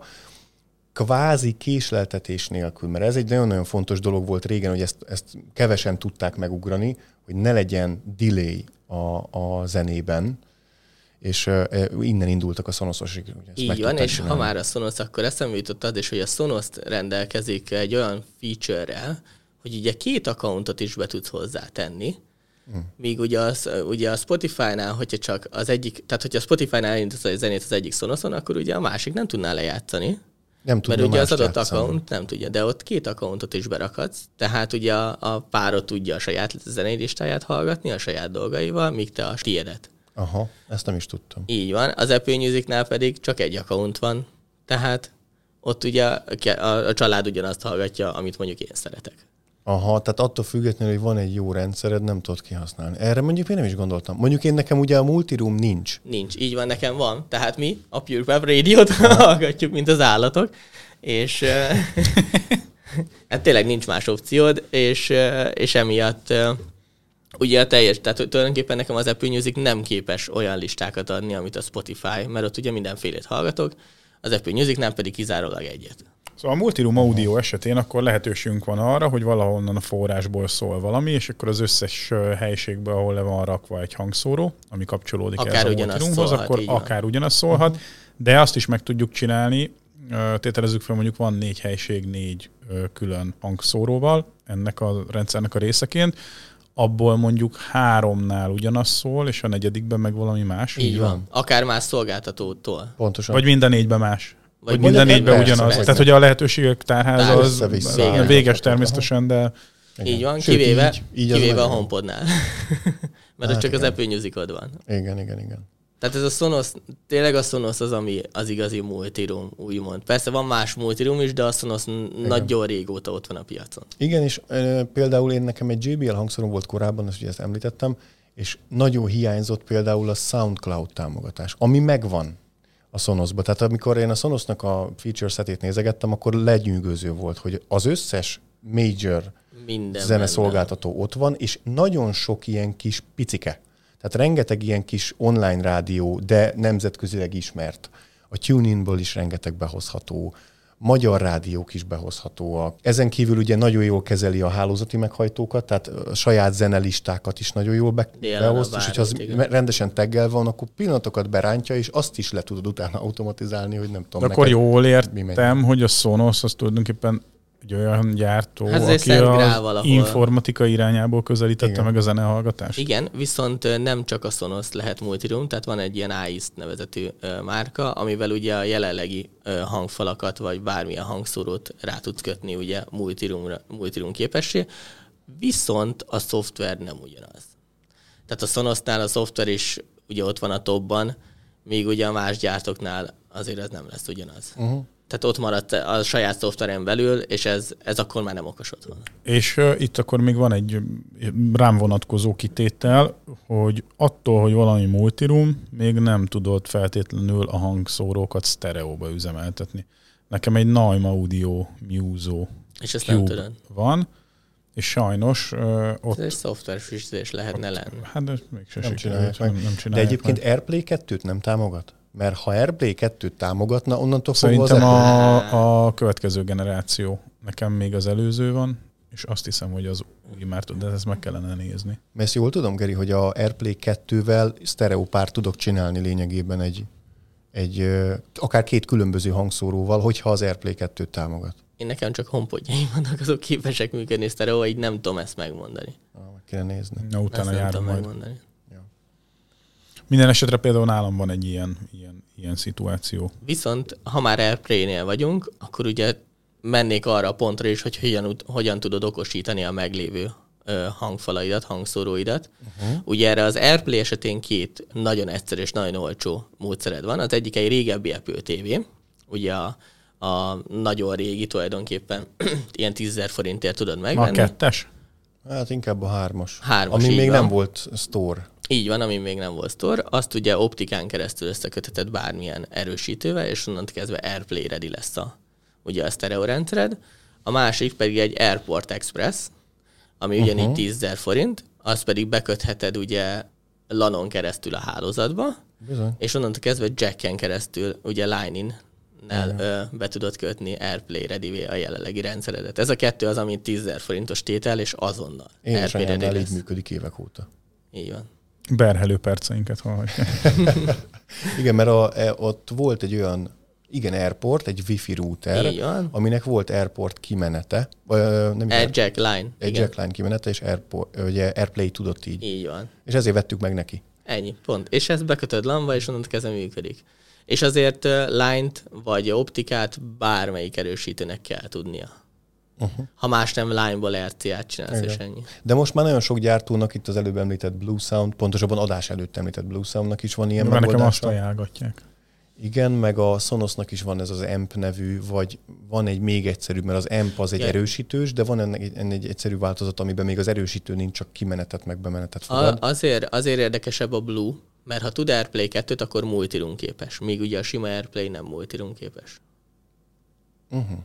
kvázi késleltetés nélkül, mert ez egy nagyon-nagyon fontos dolog volt régen, hogy ezt, ezt kevesen tudták megugrani, hogy ne legyen delay a, a zenében, és uh, innen indultak a Sonososig. Így van, és csinálni. Ha már a Sonos, akkor eszembe jutott az is, hogy a Sonos rendelkezik egy olyan feature-rel, hogy ugye két accountot is be tudsz hozzátenni, hmm. míg ugye, az, ugye a Spotify-nál, hogyha csak az egyik, tehát hogyha a Spotify-nál elindítasz a zenét az egyik Sonoson, akkor ugye a másik nem tudná lejátszani. Nem tudja, mert ugye az adott játszani. Account nem tudja, de ott két accountot is berakhatsz, tehát ugye a, a párod tudja a saját zenei listáját hallgatni, a saját dolgaival, míg te a tiédet. Aha, ezt nem is tudtam. Így van, az Apple Musicnál pedig csak egy account van, tehát ott ugye a, a család ugyanazt hallgatja, amit mondjuk én szeretek. Aha, tehát attól függetlenül, hogy van egy jó rendszered, nem tudod kihasználni. Erre mondjuk én nem is gondoltam. Mondjuk én nekem ugye a multiroom nincs. Nincs, így van, nekem van. Tehát mi a Pure Web Radio-t hallgatjuk, mint az állatok, és hát tényleg nincs más opciód, és, és emiatt ugye a teljes, tehát tulajdonképpen nekem az Apple Music nem képes olyan listákat adni, amit a Spotify, mert ott ugye mindenfélét hallgatok, az Apple Musicnál pedig kizárólag egyet. Szóval a multiroom audio esetén akkor lehetőségünk van arra, hogy valahonnan a forrásból szól valami, és akkor az összes helyiségben, ahol le van rakva egy hangszóró, ami kapcsolódik akár ez a multiroomhoz, akkor akár ugyanaz szólhat, de azt is meg tudjuk csinálni, tételezzük fel, mondjuk van négy helység, négy külön hangszóróval, ennek a rendszernek a részeként, abból mondjuk háromnál ugyanaz szól, és a negyedikben meg valami más. Így van. van. Akár más szolgáltatótól. Pontosan. Vagy minden négyben más. Vagy minden négyben ugyanaz. Persze. Tehát, hogy a lehetőségek tárháza az véges, véges természetesen, de... Igen. Így van, Sőt, kivéve, így, így kivéve a HomePodnál. Mert hát csak igen. Az Apple Musicod van. Igen, igen, igen. Tehát ez a Sonos, tényleg a Sonos az, ami az igazi multiroom, úgymond. Persze van más multiroom is, de a Sonos igen. nagyon régóta ott van a piacon. Igen, és e, például én nekem egy jé bé el hangszorom volt korábban, ezt ugye ezt említettem, és nagyon hiányzott például a SoundCloud támogatás, ami megvan a Sonosba. Tehát amikor én a Sonosnak a feature setét nézegettem, akkor legyűgöző volt, hogy az összes major minden zeneszolgáltató benne ott van, és nagyon sok ilyen kis picike. Tehát rengeteg ilyen kis online rádió, de nemzetközileg ismert. A TuneInból is rengeteg behozható, magyar rádiók is behozhatóak. Ezen kívül ugye nagyon jól kezeli a hálózati meghajtókat, tehát a saját zenelistákat is nagyon jól be, behoz, és hogyha az igen. rendesen taggel van, akkor pillanatokat berántja, és azt is le tudod utána automatizálni, hogy nem tudom. De akkor jól értem, hogy a Sonos az tulajdonképpen egy olyan gyártó, hát aki az informatika irányából közelítette Igen. meg a zenehallgatást? Igen, viszont nem csak a Sonos lehet multiroom, tehát van egy ilyen á i es té nevezetű márka, amivel ugye a jelenlegi hangfalakat, vagy bármilyen hangszórót rá tudsz kötni ugye multiroom, multiroom képessé, viszont a szoftver nem ugyanaz. Tehát a Sonosnál a szoftver is ugye ott van a topban, míg ugye a más gyártóknál azért ez nem lesz ugyanaz. Uh-huh. Tehát ott maradt a saját szoftveren belül, és ez, ez akkor már nem okos otthon. És uh, itt akkor még van egy rám vonatkozó kitétel, hogy attól, hogy valami multiroom, még nem tudod feltétlenül a hangszórókat sztereóba üzemeltetni. Nekem egy Naim Audio Muso és ezt nem tudod. Van, és sajnos uh, ott... Ez egy szoftverfrissítés lehetne ott, lenni. Hát de mégsem nem csinálják meg. Nem csinálják de egyébként meg. AirPlay kettőt nem támogat? Mert ha AirPlay kettőt támogatna, onnantól fogva az... Szerintem a, a következő generáció. Nekem még az előző van, és azt hiszem, hogy az új már tud, de ezt meg kellene nézni. Mert ezt jól tudom, Geri, hogy a AirPlay kettővel sztereopárt tudok csinálni lényegében egy, egy akár két különböző hangszóróval, hogyha az AirPlay kettőt támogat. Én nekem csak HomePodjaim vannak, azok képesek működni sztereóval, így nem tudom ezt megmondani. Ah, meg kéne nézni. Na, utána ezt járom majd. Megmondani. Minden esetre például nálam van egy ilyen, ilyen, ilyen szituáció. Viszont, ha már AirPlay-nél vagyunk, akkor ugye mennék arra a pontra is, hogy hogyan, hogyan tudod okosítani a meglévő ö, hangfalaidat, hangszóróidat. Uh-huh. Ugye erre az AirPlay esetén két nagyon egyszerű és nagyon olcsó módszered van. Az egyik egy régebbi Apple té vé, ugye a, a nagyon régi tulajdonképpen ilyen tízezer forintért tudod megvenni. A kettes? Hát inkább a hármas. Hármas, ami még van. Nem volt store. Így van, ami még nem volt store. Azt ugye optikán keresztül összekötheted bármilyen erősítővel, és onnantól kezdve AirPlay ready lesz a, ugye a sztereó rendszered. A másik pedig egy AirPort Express, ami uh-huh. ugyanígy tízezer forint, azt pedig bekötheted ugye lanon keresztül a hálózatba, Bizony. és onnantól kezdve jacken keresztül ugye Lightning-nel ö, be tudod kötni AirPlay ready a jelenlegi rendszeredet. Ez a kettő az, ami tízezer forintos tétel, és azonnal Én AirPlay ready lesz. Így működik évek óta. Így van. Berhelő perceinket hallhatja. Igen, mert a, ott volt egy olyan, igen, Airport, egy Wi-Fi router, aminek volt Airport kimenete. Nem Air Jack Line. Egy Jack Line kimenete, és Airport, ugye AirPlay tudott így. Így van. És ezért vettük meg neki. Ennyi, pont. És ezt bekötöd lamba, és onnantól kezdve működik. És azért line-t vagy optikát bármelyik erősítőnek kell tudnia. Uh-huh. Ha más nem line-ból er cé á-t csinálsz, igen. és ennyi. De most már nagyon sok gyártónak, itt az előbb említett Blue Sound, pontosabban adás előtt említett Blue Soundnak is van ilyen megoldása. Nekem azt ajánlgatják. Igen, meg a Sonosnak is van ez az Amp nevű, vagy van egy még egyszerűbb, mert az Amp az egy ja. erősítős, de van ennek egy, ennek egy egyszerű változat, amiben még az erősítő nincs, csak kimenetet, meg bemenetet fogad. A, azért, azért érdekesebb a Blue, mert ha tud AirPlay kettőt, akkor multiroom képes. Míg ugye a sima AirPlay nem multiroom képes. Uh-huh.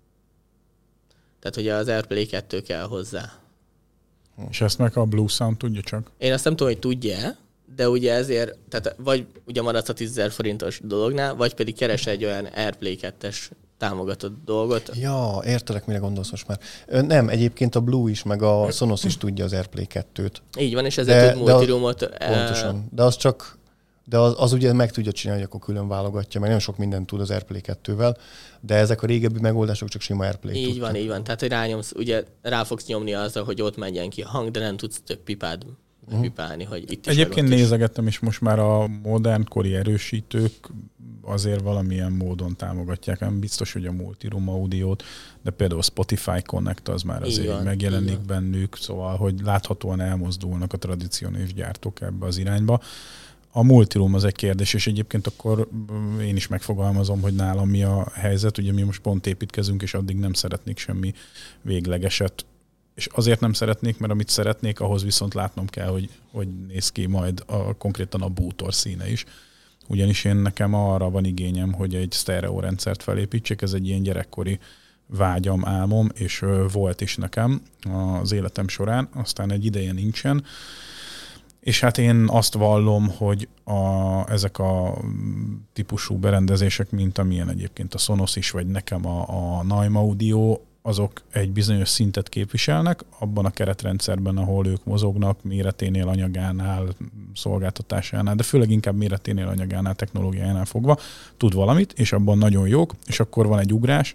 Tehát ugye az AirPlay kettő kell hozzá. És ezt meg a Blue Sound tudja csak? Én azt nem tudom, hogy tudja, de ugye ezért, tehát vagy ugye maradsz a tízezer forintos dolognál, vagy pedig keres egy olyan AirPlay kettes támogatott dolgot. Ja, értelek, mire gondolsz most már. Nem, egyébként a Blue is, meg a Sonos is tudja az AirPlay kettőt. Így van, és ezért de, tud multiroomot. Pontosan. De az csak, de az, az ugye meg tudja csinálni, hogy akkor külön válogatja, mert nagyon sok mindent tud az AirPlay kettővel, de ezek a régebbi megoldások csak sima AirPlay Így tudtak. van, így van. Tehát, hogy rányomsz, ugye rá fogsz nyomni azzal, hogy ott menjen ki a hang, de nem tudsz több pipád uh-huh. pipálni, hogy itt is. Egyébként nézegettem is, most már a modern kori erősítők azért valamilyen módon támogatják, nem biztos, hogy a multiroom audiót, de például Spotify Connect az már azért van, megjelenik bennük, szóval, hogy láthatóan elmozdulnak a tradicionális gyártók ebbe az irányba. A multiroom az egy kérdés, és egyébként akkor én is megfogalmazom, hogy nálam mi a helyzet. Ugye mi most pont építkezünk, és addig nem szeretnék semmi véglegeset. És azért nem szeretnék, mert amit szeretnék, ahhoz viszont látnom kell, hogy hogy néz ki majd a, konkrétan a bútor színe is. Ugyanis én nekem arra van igényem, hogy egy sztereó rendszert felépítsek, ez egy ilyen gyerekkori vágyam, álmom, és volt is nekem az életem során, aztán egy ideje nincsen. És hát én azt vallom, hogy a, ezek a típusú berendezések, mint amilyen egyébként a Sonos is, vagy nekem a, a Naim Audio, azok egy bizonyos szintet képviselnek, abban a keretrendszerben, ahol ők mozognak, méreténél, anyagánál, szolgáltatásánál, de főleg inkább méreténél, anyagánál, technológiájánál fogva, tud valamit, és abban nagyon jók, és akkor van egy ugrás,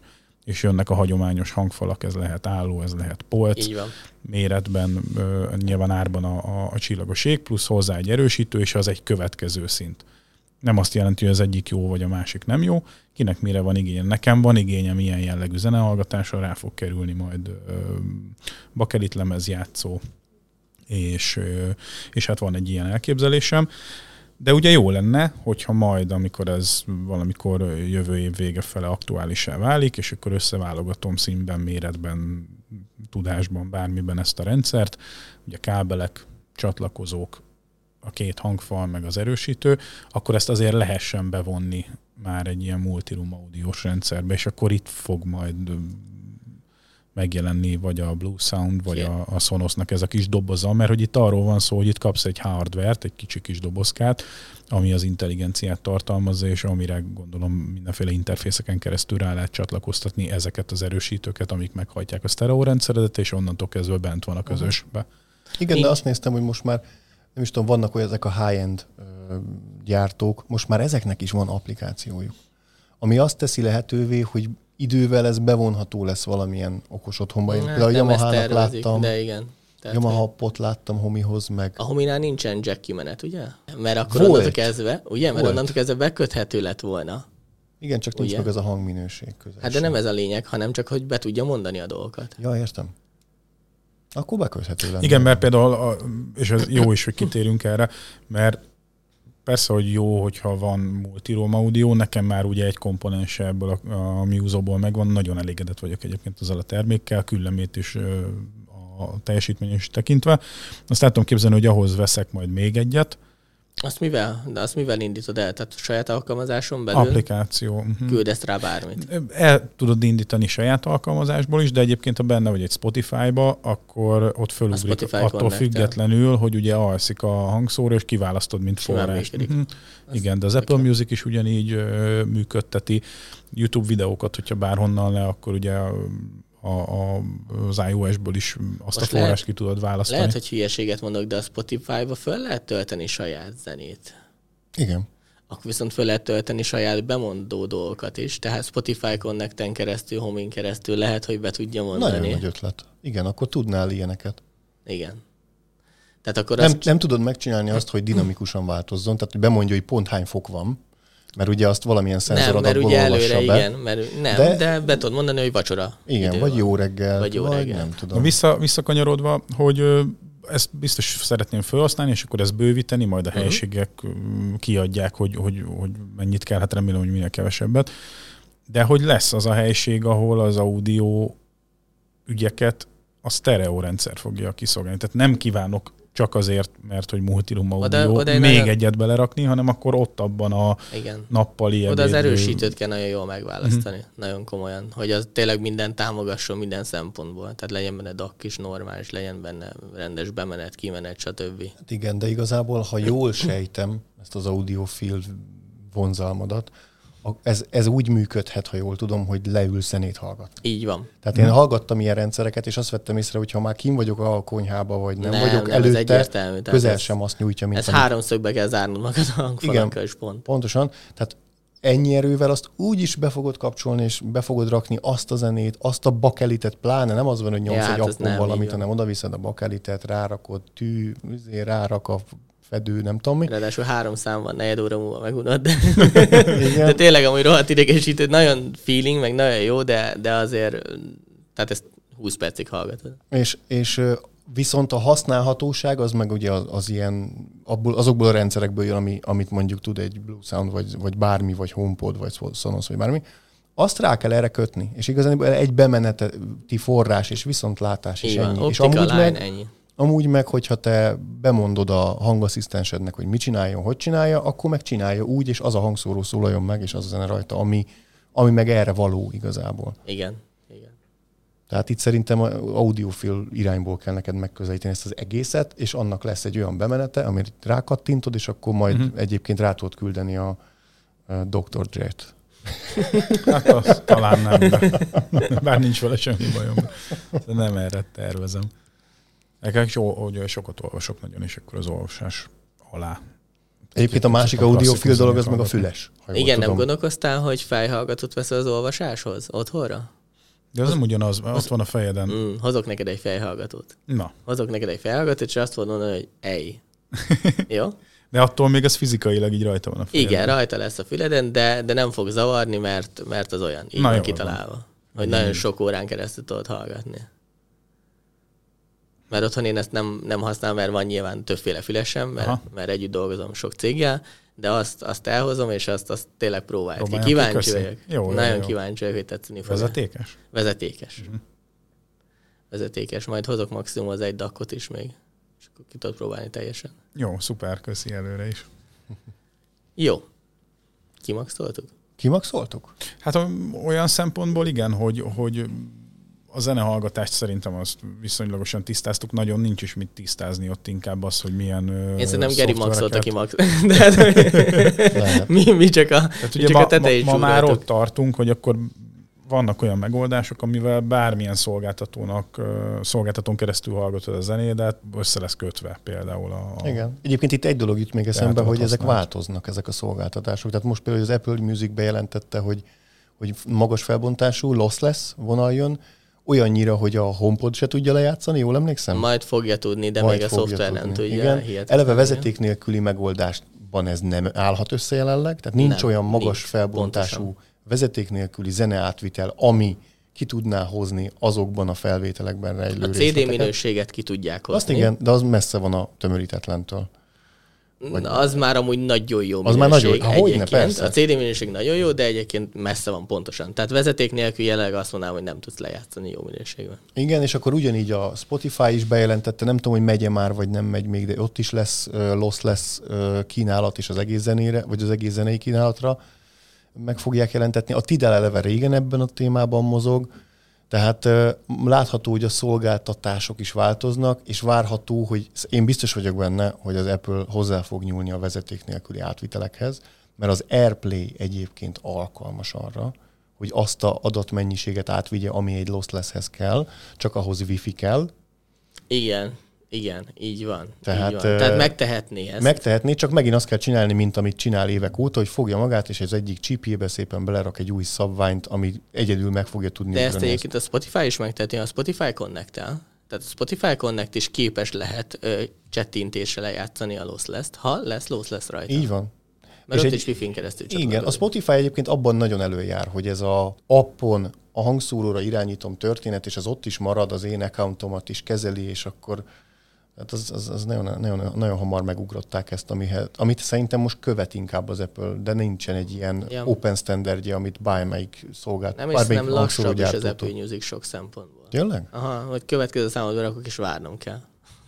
és jönnek a hagyományos hangfalak, ez lehet álló, ez lehet polc. Így van. Méretben, nyilván árban a, a, a csillagos ég, plusz hozzá egy erősítő, és az egy következő szint. Nem azt jelenti, hogy az egyik jó, vagy a másik nem jó. Kinek mire van igénye? Nekem van igényem ilyen jellegű zenehallgatásra, rá fog kerülni majd ö, bakelit lemezjátszó, és, ö, és hát van egy ilyen elképzelésem. De ugye jó lenne, hogyha majd, amikor ez valamikor jövő év vége fele aktuálisá válik, és akkor összeválogatom színben, méretben, tudásban, bármiben ezt a rendszert, ugye kábelek, csatlakozók, a két hangfal, meg az erősítő, akkor ezt azért lehessen bevonni már egy ilyen multiroom audiós rendszerbe, és akkor itt fog majd megjelenni vagy a Blue Sound, vagy a, a Sonosnak ez a kis doboza, mert hogy itt arról van szó, hogy itt kapsz egy hardware-t, egy kicsi kis dobozkát, ami az intelligenciát tartalmazza, és amire gondolom mindenféle interfészeken keresztül rá lehet csatlakoztatni ezeket az erősítőket, amik meghajtják a sztereó rendszeredet, és onnantól kezdve bent van a közösbe. Igen, de azt néztem, hogy most már nem is tudom, vannak olyan ezek a high-end ö, gyártók, most már ezeknek is van applikációjuk. Ami azt teszi lehetővé, hogy idővel ez bevonható lesz valamilyen okos otthonba. Én például a Yamahának láttam, de igen. Yamaha-pot láttam Homihoz meg. A Hominál nincsen jack kimenet, ugye? Mert akkor onnantól kezdve, ugye? Mert onnantól kezdve beköthető lett volna. Igen, csak nincs ugye? Meg ez a hangminőség közösen. Hát de nem ez a lényeg, hanem csak, hogy be tudja mondani a dolgokat. Ja, értem. Akkor beköthető lenne. Igen, mert például, a, és ez jó is, hogy kitérünk erre, mert persze, hogy jó, hogyha van multiroom audio, nekem már ugye egy komponense ebből a, a Muso-ból megvan, nagyon elégedett vagyok egyébként azzal a termékkel, küllemét is a teljesítmény is tekintve. Azt látom képzelni, hogy ahhoz veszek majd még egyet. Azt mivel? De azt mivel indítod el? Tehát saját alkalmazáson belül? Applikáció. Küldesz rá bármit? El tudod indítani saját alkalmazásból is, de egyébként ha benne vagy egy Spotify-ba, akkor ott fölugrik attól függetlenül, hogy ugye alszik a hangszóró, és kiválasztod, mint forrás. Uh-huh. Igen, de az Apple okay. Music is ugyanígy uh, működteti. YouTube videókat, hogyha bárhonnan le, akkor ugye A, a, az iOS-ből is azt most a forrást lehet, ki tudod választani. Lehet, hogy hülyeséget mondok, de a Spotify-ba föl lehet tölteni saját zenét. Igen. Akkor viszont föl lehet tölteni saját bemondó dolgokat is, tehát Spotify Connecten keresztül, Homin keresztül lehet, hogy be tudja mondani. Nagyon nagy ötlet. Igen, akkor tudnál ilyeneket. Igen. Tehát akkor nem, azt... nem tudod megcsinálni azt, hogy dinamikusan változzon, tehát hogy bemondja, hogy pont hány fok van, mert ugye azt valamilyen szenzoradatból olvassa be. Nem, mert ugye előre, igen, mert nem, de, de be tudod mondani, hogy vacsora. Igen, vagy jó reggel, vagy, jó vagy reggel. Nem tudom. Vissza, visszakanyarodva, hogy ezt biztos szeretném felhasználni, és akkor ezt bővíteni, majd a uh-huh. helyiségek kiadják, hogy, hogy, hogy mennyit kell, hát remélem, hogy minél kevesebbet. De hogy lesz az a helység, ahol az audio ügyeket a sztereó rendszer fogja kiszolgálni. Tehát nem kívánok csak azért, mert hogy multiroom audio, oda, oda még nagyon... egyet belerakni, hanem akkor ott abban a igen. nappali ebédlő... Oda az erősítőt kell nagyon jól megválasztani, uh-huh. nagyon komolyan, hogy az tényleg minden támogasson minden szempontból. Tehát legyen benne dé á cé is normális, legyen benne rendes bemenet, kimenet, stb. Hát igen, de igazából, ha jól sejtem ezt az audiofil vonzalmadat, Ez, ez úgy működhet, ha jól tudom, hogy leülsz zenét hallgatni. Így van. Tehát én hallgattam ilyen rendszereket, és azt vettem észre, hogy ha már kim vagyok a konyhába, vagy nem, nem vagyok nem, előtte, közel ez, sem azt nyújtja, mint... Ez amit... háromszögbe kell zárnod magad a hangfalakkal is pont. Pontosan. Tehát ennyi erővel azt úgy is be fogod kapcsolni, és be fogod rakni azt a zenét, azt a bakelitet, pláne nem az van, hogy nyomsz ja, egy akkon valamit, hanem oda viszed a bakelitet, rárakod, tű, rárak a fedő, nem tudom mi. Ráadásul három szám van, negyed óra múlva megunod, de, de tényleg amúgy rohadt idegesítő, nagyon feeling, meg nagyon jó, de, de azért, tehát ezt húsz percig hallgatod. És, és viszont a használhatóság az meg ugye az, az ilyen, abból, azokból a rendszerekből jön, ami, amit mondjuk tud egy Blue Sound, vagy, vagy bármi, vagy HomePod, vagy Sonos, vagy bármi, azt rá kell erre kötni. És igazán egy bemeneti forrás és viszontlátás is igen, ennyi. És amúgy line, meg, ennyi. Amúgy meg, hogyha te bemondod a hangasszisztensednek, hogy mit csináljon, hogy csinálja, akkor meg csinálja úgy, és az a hangszóró szólaljon meg, és az a zene rajta, ami, ami meg erre való igazából. Igen. Igen. Tehát itt szerintem audiofil irányból kell neked megközelíteni ezt az egészet, és annak lesz egy olyan bemenete, amit rákattintod, és akkor majd uh-huh. egyébként rá tudod küldeni a, a doktor Dre-t. Hát az talán nem, de bár nincs vele semmi bajom. De nem erre tervezem. Nekem hogy sokat olvasok nagyon, és akkor az olvasás alá. Egyébként a másik audiofil dolog, az meg a füles. Igen, tudom. Nem gondolkoztál, hogy fejhallgatót veszel az olvasáshoz otthonra? De az nem ugyanaz, azt van a fejeden. Mm, hozok neked egy fejhallgatót. Na. Hozok neked egy fejhallgatót, és azt mondod, hogy ej. Jó? De attól még ez fizikailag így rajta van a fejeden. Igen, rajta lesz a füleden, de, de nem fog zavarni, mert, mert az olyan. Így Na van kitalálva. Van. Hogy nagyon sok órán keresztül tudod hallgatni. Mert otthon én ezt nem, nem használom, mert van nyilván többféle fülesem, mert, mert együtt dolgozom sok céggel, de azt, azt elhozom, és azt, azt tényleg próbáljuk ki. Kíváncsi vagyok. Jó, nagyon jó. Kíváncsi vagyok, hogy tetszeni fog. Vezetékes? Vezetékes. Uh-huh. Vezetékes. Majd hozok maximum az egy dakkot is még, és akkor ki tudod próbálni teljesen. Jó, szuper, köszi előre is. Jó. Kimaxoltuk? Kimaxoltuk? Hát olyan szempontból igen, hogy, hogy a zenehallgatást szerintem azt viszonylagosan tisztáztuk, nagyon nincs is mit tisztázni ott, inkább az, hogy milyen Én szerintem Geri maxolta ki max. mi, mi csak a, mi csak ma, a tetejét ma, ma már ott tartunk, hogy akkor vannak olyan megoldások, amivel bármilyen szolgáltatónak, szolgáltatón keresztül hallgatod a zenédet, össze lesz kötve például a... Igen. Egyébként itt egy dolog jut még eszembe, hogy ezek változnak, ezek a szolgáltatások. Tehát most például az Apple Music bejelentette, hogy, hogy magas felbontású lossless vonal jön, olyannyira, hogy a HomePod se tudja lejátszani, jól emlékszem? Majd fogja tudni, de Majd még a szoftver nem tudja. Igen. Eleve vezeték nélküli megoldásban ez nem állhat össze jelenleg, tehát nincs nem, olyan magas nincs, felbontású pontosan. Vezeték nélküli zeneátvitel, ami ki tudná hozni azokban a felvételekben rejlő A cé dé minőséget ki tudják hozni. Azt igen, de az messze van a tömörítetlentől. Vagy az már amúgy nagyon jó az minőség. Már nagyon, hogyne, a cé dé minőség nagyon jó, de egyébként messze van pontosan. Tehát vezeték nélkül jelenleg azt mondanám, hogy nem tudsz lejátszani jó minőségben. Igen, és akkor ugyanígy a Spotify is bejelentette, nem tudom, hogy megye már, vagy nem megy még, de ott is lesz uh, lossless uh, kínálat is az egész zenére, vagy az egész zenei kínálatra meg fogják jelentetni. A Tidal eleve régen ebben a témában mozog, tehát uh, látható, hogy a szolgáltatások is változnak, és várható, hogy én biztos vagyok benne, hogy az Apple hozzá fog nyúlni a vezeték nélküli átvitelekhez, mert az AirPlay egyébként alkalmas arra, hogy azt az adatmennyiséget átvigye, ami egy losslesshez kell, csak ahhoz wifi kell. Igen, igen, így van. Tehát, így van. Tehát megtehetné ezt. Megtehetné, csak megint azt kell csinálni, mint amit csinál évek óta, hogy fogja magát, és az egyik csípjébe szépen belerak egy új szabványt, ami egyedül meg fogja tudni. De ezt egyébként a Spotify is megteheti, a Spotify Connect-tel. Tehát a Spotify Connect is képes lehet ö, csettintésre lejátszani a lossless-t, ha lesz lossless rajta. Így van. Mert és ott egy, is Wi-Fi-n keresztül csak igen, magad. A Spotify egyébként abban nagyon előjár, hogy ez a appon a hangszóróra irányítom történet, és az ott is marad, az én accountomat is kezeli, és akkor hát az, az, az nagyon, nagyon, nagyon hamar megugrották ezt, amihez, amit szerintem most követ inkább az Apple, de nincsen egy ilyen ja. open standardje, amit bármelyik szolgált. Nem, és nem lassabb is az Apple Music sok szempontból. Tényleg? Aha, hogy következő számodra rakok, és várnom kell.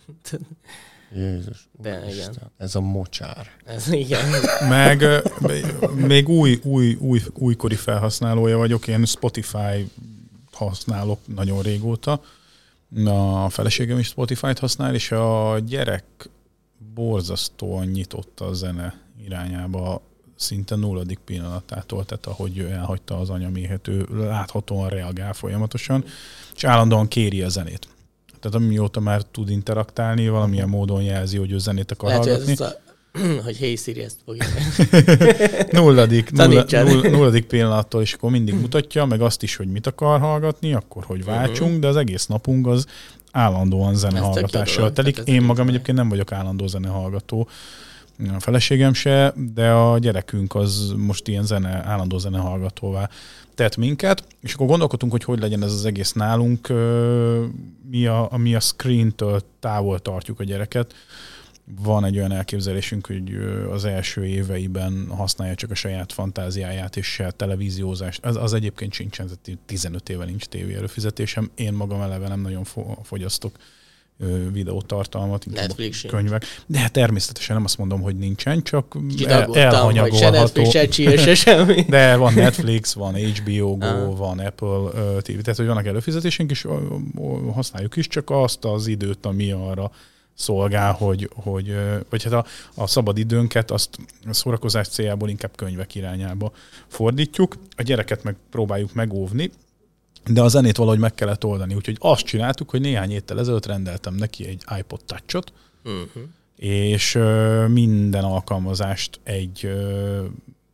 Jézus, de igen. Ez a mocsár. Ez igen. Meg még új, új, új, újkori felhasználója vagyok, én Spotify használok nagyon régóta. A feleségem is Spotify-t használ, és a gyerek borzasztóan nyitott a zene irányába szinte nulladik pillanatától, tehát ahogy ő elhagyta az anyaméhet, ő láthatóan reagál folyamatosan, és állandóan kéri a zenét. Tehát amióta már tud interaktálni, valamilyen módon jelzi, hogy ő zenét akar lehet, hallgatni. Hogy, a, hogy hey Siri, ezt fogja. nulladik, nulla, null, nulladik pillanattól, és akkor mindig mutatja, meg azt is, hogy mit akar hallgatni, akkor hogy váltsunk, uh-huh. de az egész napunk az állandóan zenehallgatással telik. Én magam egyébként nem vagyok állandó zenehallgató, a feleségem se, de a gyerekünk az most ilyen zene, állandó zenehallgatóvá tett minket, és akkor gondolkodtunk, hogy hogy legyen ez az egész nálunk, mi a, mi a screentől távol tartjuk a gyereket. Van egy olyan elképzelésünk, hogy az első éveiben használja csak a saját fantáziáját, és se televíziózást. Az, az egyébként sincsen, tizenöt éve nincs tévé előfizetésem. Én magam eleve nem nagyon fogyasztok videótartalmat, Netflix könyvek. De hát természetesen nem azt mondom, hogy nincsen, csak el, elhanyagolható. Se Netflix, se Chia, se semmi. De van Netflix, van há bé o Go, ah. van Apple uh, té vé, tehát hogy vannak előfizetésünk is, uh, használjuk is, csak azt az időt, ami arra szolgál, hogy, hogy vagy hát a, a szabad időnket azt a szórakozás céljából inkább könyvek irányába fordítjuk. A gyereket meg próbáljuk megóvni, de a zenét valahogy meg kellett oldani. Úgyhogy azt csináltuk, hogy néhány héttel ezelőtt rendeltem neki egy iPod Touch-ot, uh-huh. és ö, minden alkalmazást egy ö,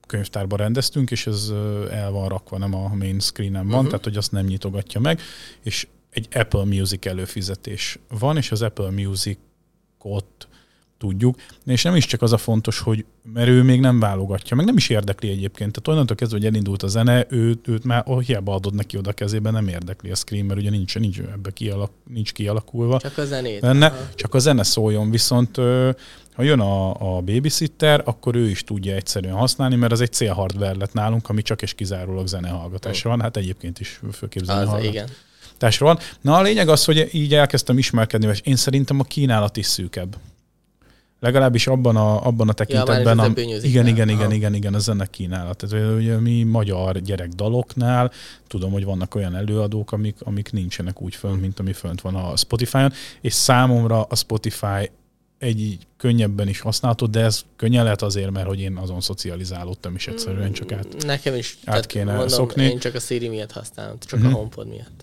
könyvtárba rendeztünk, és ez el van rakva, nem a main screenen van, uh-huh. tehát hogy azt nem nyitogatja meg, és egy Apple Music előfizetés van, és az Apple Music-ot tudjuk, és nem is csak az a fontos, hogy mert ő még nem válogatja, meg nem is érdekli egyébként. Tehát onnantól kezdve, hogy elindult a zene, őt, őt már oh, hiába adod neki oda kezében, nem érdekli a screen, mert ugye nincs, nincs ebbe kialak, nincs kialakulva. Csak a zenét. Benne, csak a zene szóljon, viszont ha jön a, a babysitter, akkor ő is tudja egyszerűen használni, mert az egy célhardware lett nálunk, ami csak és kizárólag zenehallgatásra van, hát egyébként is főképp zenehallgatásra van. Na a lényeg az, hogy így elkezdtem ismerkedni, és én szerintem a kínálat is szűkebb. Legalábbis abban a, abban a tekintetben. Ja, a, igen, igen, igen, igen, igen, a zene kínálat. Tehát, ugye, mi magyar gyerekdaloknál tudom, hogy vannak olyan előadók, amik, amik nincsenek úgy fönt, mint ami fönt van a Spotify-on, és számomra a Spotify egy így könnyebben is használható, de ez könnyen lehet azért, mert hogy én azon szocializálódtam, és egyszerűen csak át, Nekem is. át kéne mondom, szokni. Én csak a Siri miatt használom, csak mm-hmm. a HomePod miatt.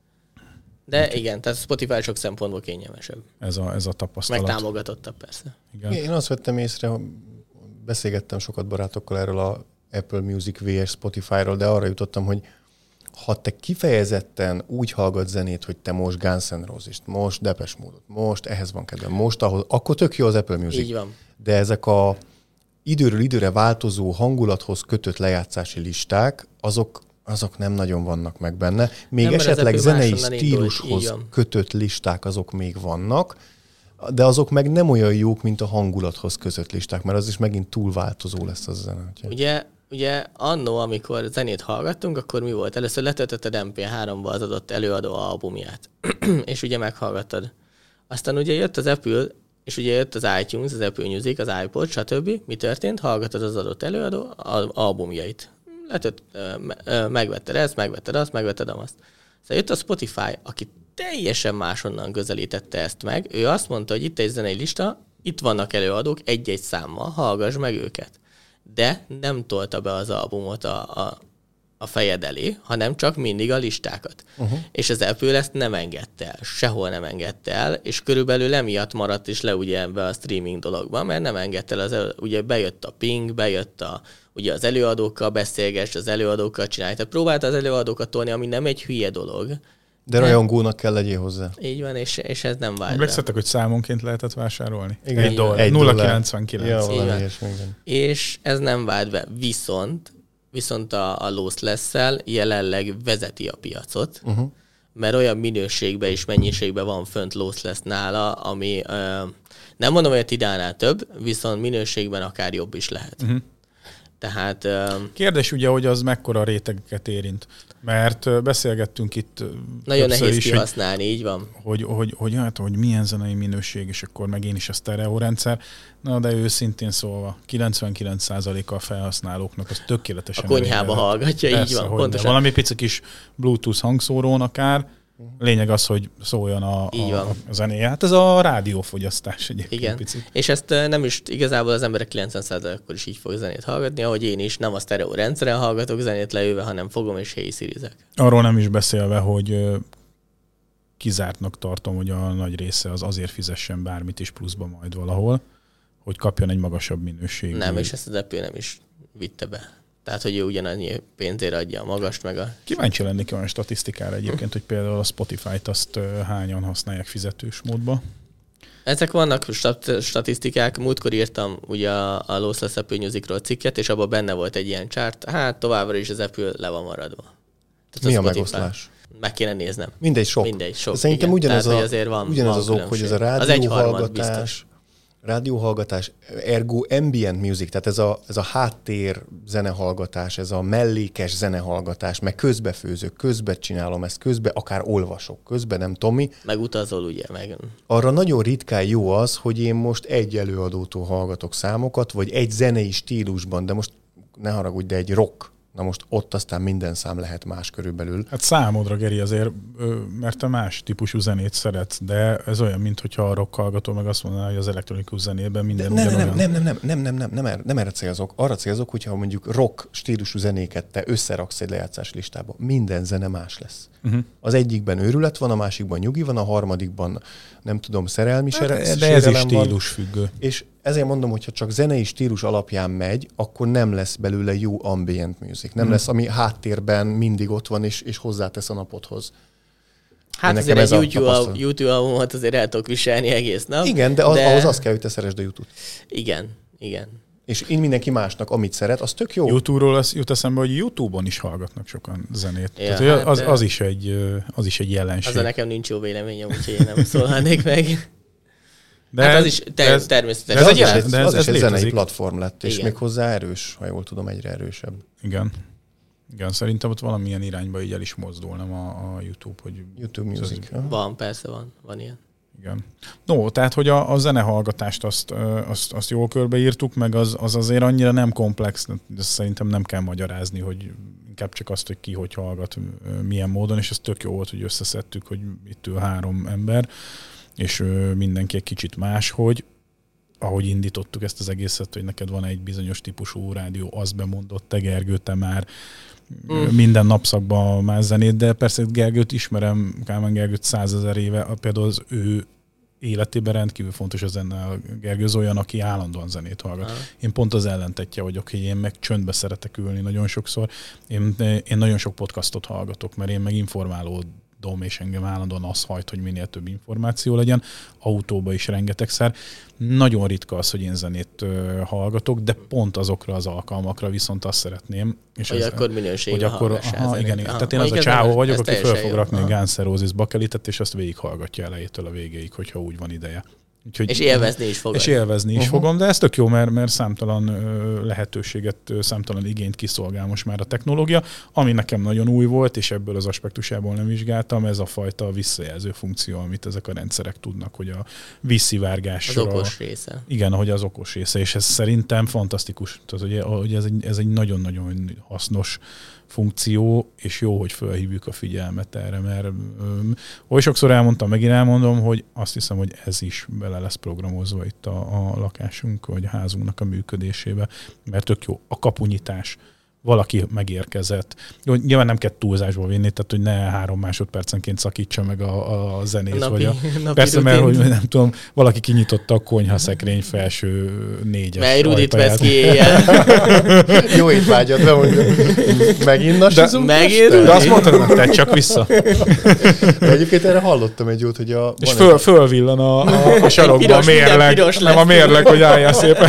De okay. igen, tehát Spotify sok szempontból kényelmesebb. Ez a, ez a tapasztalat. Megtámogatottabb persze. Igen. Én azt vettem észre, beszélgettem sokat barátokkal erről a Apple Music versus Spotify-ról, de arra jutottam, hogy ha te kifejezetten úgy hallgatsz zenét, hogy te most Guns N' Roses-t, most Depeche Mode-ot, most ehhez van kedvem, most ahhoz, akkor tök jó az Apple Music. Így van. De ezek a időről időre változó hangulathoz kötött lejátszási listák, azok azok nem nagyon vannak meg benne. Még nem, esetleg zenei stílushoz kötött listák azok még vannak, de azok meg nem olyan jók, mint a hangulathoz között listák, mert az is megint túl változó lesz az zene. Ugye, ugye annó, amikor zenét hallgattunk, akkor mi volt? Először letöltötted em pé háromba az adott előadó albumját, és ugye meghallgattad. Aztán ugye jött az Apple, és ugye jött az iTunes, az Apple Music, az iPod, stb. Mi történt? Hallgatod az adott előadó albumjait. Letött, megvetted ezt, megvetted azt, megvetted azt. Szóval jött a Spotify, aki teljesen máshonnan közelítette ezt meg. Ő azt mondta, hogy itt egy zenei lista, itt vannak előadók egy-egy számmal, hallgass meg őket. De nem tolta be az albumot a, a, a fejed elé, hanem csak mindig a listákat. Uh-huh. És az Apple ezt nem engedte el, sehol nem engedte el, és körülbelül emiatt maradt is le ugye ebbe a streaming dologban, mert nem engedte el, az, ugye bejött a ping, bejött a ugye az előadókkal beszélgess, az előadókkal csinálj. Tehát próbálta az előadókat tolni, ami nem egy hülye dolog. De rajongónak kell legyél hozzá. Így van, és, és ez nem vált. Megszedtek, hogy számonként lehetett vásárolni? Igen, egy dollár. nulla kilencvenkilenc. Ja, és ez nem vált be. Viszont, viszont a, a Lossless-szel jelenleg vezeti a piacot, uh-huh. mert olyan minőségben és mennyiségben van fönt Lossless nála, ami ö, nem mondom, hogy a Tidánál több, viszont minőségben akár jobb is lehet. Uh-huh. Tehát, kérdés ugye, hogy az mekkora rétegeket érint. Mert beszélgettünk itt nagyon nehéz is, kihasználni, így van. Hogy, hogy, hogy, hát, hogy milyen zenei minőség, és akkor megint is a sztereórendszer. Na, de őszintén szólva, kilencvenkilenc százaléka a felhasználókok az tökéletesen a konyhába elég, hallgatja, persze, így van. Pontosan. Valami pici kis Bluetooth hangszórón akár, lényeg az, hogy szóljon a, a, a zenéje. Hát ez a rádiófogyasztás egyébként. Igen, picit. És ezt nem is igazából az emberek kilencven százalékkor is így fog zenét hallgatni, ahogy én is nem a sztereó rendszeren hallgatok zenét leülve, hanem fogom és helyi szirizek. Arról nem is beszélve, hogy kizártnak tartom, hogy a nagy része az azért fizessen bármit is pluszba majd valahol, hogy kapjon egy magasabb minőségű. Nem, és ezt az Apple nem is vitte be. Tehát, hogy ő ugyanannyi pénzért adja a magast, meg a... Kíváncsi lennék olyan statisztikára egyébként, hogy például a Spotify-t azt hányan használják fizetős módba. Ezek vannak stat- statisztikák. Múltkor írtam ugye a, a Lossless Apple Musicról cikket, és abban benne volt egy ilyen chart. Hát továbbra is az Apple le van maradva. Tehát mi a, a megoszlás? Meg kéne néznem. Mindegy sok. Mindegy sok. Szerintem igen. ugyanez, Tehát, a, van, ugyanez van az ok, hogy ez a rádióhallgatás, rádióhallgatás, ergo ambient music, tehát ez a, ez a háttér zenehallgatás, ez a mellékes zenehallgatás, meg közbefőzök, közbe csinálom ezt, közbe akár olvasok, közbe nem Tomi. Meg utazol ugye, meg... Arra nagyon ritkán jó az, hogy én most egy előadótól hallgatok számokat, vagy egy zenei stílusban, de most ne haragudj, de egy rock. Na most ott aztán minden szám lehet más körülbelül. Hát számodra, Geri, azért, mert te más típusú zenét szeretsz, de ez olyan, mintha a rock hallgató meg azt mondaná, hogy az elektronikus zenében minden nem, ugyanolyan. Nem, nem, nem, nem, nem, nem, nem, erre, nem erre célzok. Arra célzok, hogyha mondjuk rock stílusú zenéket te összeraksz egy lejátszás listába, minden zene más lesz. Uh-huh. Az egyikben őrület van, a másikban nyugi van, a harmadikban nem tudom, szerelmi hát, sere- de ez is stílusfüggő. És ezért mondom, hogyha csak zenei stílus alapján megy, akkor nem lesz belőle jó ambient music. Nem hmm. lesz, ami háttérben mindig ott van, és, és hozzátesz a napodhoz. Hát azért egy YouTube, YouTube albumot azért el tudok viselni egész nap. Igen, de, az, de... ahhoz az kell, hogy te szeresd a YouTube-t. Igen, igen. És én mindenki másnak, amit szeret, az tök jó. YouTube-ról az jut eszembe, hogy YouTube-on is hallgatnak sokan zenét. Ja, Tehát, hát az, az, is egy, az is egy jelenség. Azzal nekem nincs jó véleményem, úgyhogy én nem szólhatnék meg. De hát az is ter- ez, természetesen. De ez, ez, ez, ez, ez egy zenei platform lett, és még hozzá erős, ha jól tudom, egyre erősebb. Igen. Igen, szerintem ott valamilyen irányba így el is mozdul, nem a, a YouTube, hogy... YouTube Music. Van, persze van, van ilyen. Igen. No, tehát, hogy a, a zenehallgatást azt, azt, azt jól körbeírtuk, meg az, az azért annyira nem komplex, de szerintem nem kell magyarázni, hogy inkább csak azt, hogy ki hogy hallgat, milyen módon, és ez tök jó volt, hogy összeszedtük, hogy itt ül három ember, és mindenki egy kicsit más, hogy ahogy indítottuk ezt az egészet, hogy neked van egy bizonyos típusú rádió, azt bemondott, te Gergő, te már mm. minden napszakban már zenét, de persze Gergőt ismerem, Kálmán Gergőt százezer éve, például az ő életében rendkívül fontos a zene. Gergő az olyan, aki állandóan zenét hallgat. Ah. Én pont az ellentetje vagyok, hogy én meg csöndbe szeretek ülni nagyon sokszor. Én, én nagyon sok podcastot hallgatok, mert én meg informálódom, és engem állandóan az hajt, hogy minél több információ legyen. Autóba is rengetegszer. Nagyon ritka az, hogy én zenét uh, hallgatok, de pont azokra az alkalmakra viszont azt szeretném. És hogy ez, akkor minőségű akkor, aha, igen, igen. Tehát én az a csávó vagyok, aki föl fog rakni a Guns N' Roses bakelitet, és azt végighallgatja elejétől a végéig, hogyha úgy van ideje. Úgyhogy, és élvezni is fogom. És élvezni is uh-huh. fogom, de ez tök jó, mert, mert számtalan ö, lehetőséget, ö, számtalan igényt kiszolgál most már a technológia, ami nekem nagyon új volt, és ebből az aspektusából nem vizsgáltam, ez a fajta visszajelző funkció, amit ezek a rendszerek tudnak, hogy a vízszivárgásra... Az okos része. Igen, hogy az okos része, és ez szerintem fantasztikus. Tehát, hogy, hogy ez, egy, ez egy nagyon-nagyon hasznos funkció, és jó, hogy felhívjuk a figyelmet erre, mert öm, oly sokszor elmondtam, megint elmondom, hogy azt hiszem, hogy ez is bele lesz programozva itt a, a lakásunk, vagy a házunknak a működésébe, mert tök jó. A kapunyitás, valaki megérkezett. Jó, nyilván nem kell túlzásba vinni, tehát hogy ne három másodpercenként szakítsa meg a, a zenét. Napi, vagy a, napi persze, rutin. mert hogy nem tudom, valaki kinyitotta a konyhaszekrény felső négyes mely Rudit vesz ki éjjel. Jó étvágyat, de mondja. Megint nasizunk? Megint de azt mondtad, hogy te csak vissza. De egyébként erre hallottam egy jót, hogy a... És föl, egy... fölvillan a, a, a sarokba a mérleg. Nem a mérleg, hogy álljál szépen.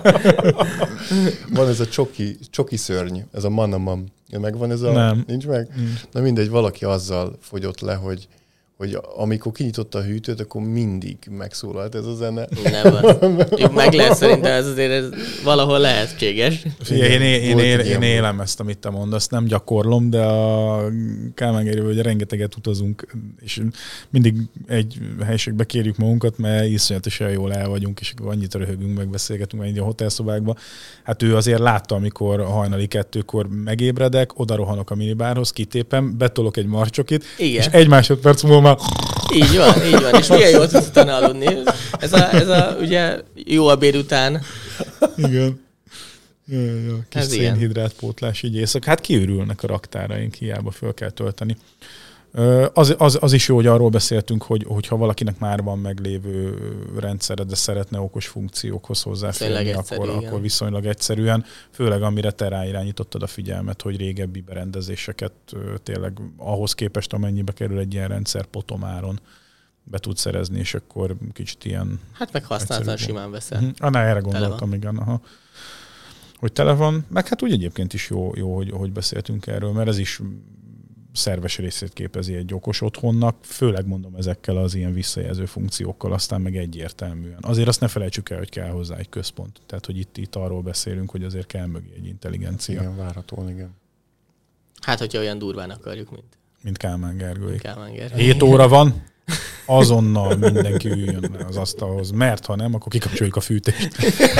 Van ez a csoki, csoki szörny, ez a manamam. Megvan ez a... Nem. Nincs meg? Nincs. Na mindegy, valaki azzal fogyott le, hogy, hogy amikor kinyitotta a hűtőt, akkor mindig megszólalt ez a zene. Nem van. Jó, meg lehet szerintem, ez azért ez valahol lehetséges. Figyelj, én, én, én, él, én élem ezt, amit te mondasz, nem gyakorlom, de a Kálmán Gergővel ugye rengeteget utazunk, és mindig egy helyiségbe kérjük magunkat, mert iszonyatosan jól el vagyunk, és annyit röhögünk, megbeszélgetünk egy a hotelszobákban. Hát ő azért látta, amikor hajnali kettőkor megébredek, oda rohanok a minibárhoz, kitépem, betolok egy marcsokit, igen. És egy másodperc múlva már... Így van, így van. És milyen jól tudsz utána aludni. Ez a, ez a ugye jó ebéd után. Igen. Ja, ja, kis szénhidrátpótlás így éjszak. Hát kiürülnek a raktáraink, hiába föl kell tölteni. Az, az, az is jó, hogy arról beszéltünk, hogy, hogyha valakinek már van meglévő rendszere, de szeretne okos funkciókhoz hozzáférni, akkor, akkor viszonylag egyszerűen, főleg amire te ráirányítottad a figyelmet, hogy régebbi berendezéseket tényleg ahhoz képest, amennyibe kerül egy ilyen rendszer potomáron be tud szerezni, és akkor kicsit ilyen... Hát meg használtan simán veszel. Uh-huh. Ah, na, erre gondoltam, igen. Aha. Hogy tele van, meg hát úgy egyébként is jó, jó hogy, hogy beszéltünk erről, mert ez is szerves részét képezi egy okos otthonnak, főleg mondom ezekkel az ilyen visszajelző funkciókkal, aztán meg egyértelműen. Azért azt ne felejtsük el, hogy kell hozzá egy központ. Tehát, hogy itt, itt arról beszélünk, hogy azért kell mögé egy intelligencia. Igen, várhatóan, igen. Hát, hogyha olyan durván akarjuk, mint... Mint Kálmán Gergői. Kálmán Gergői. Hét óra van, azonnal mindenki üljön az asztalhoz, mert ha nem, akkor kikapcsoljuk a fűtést.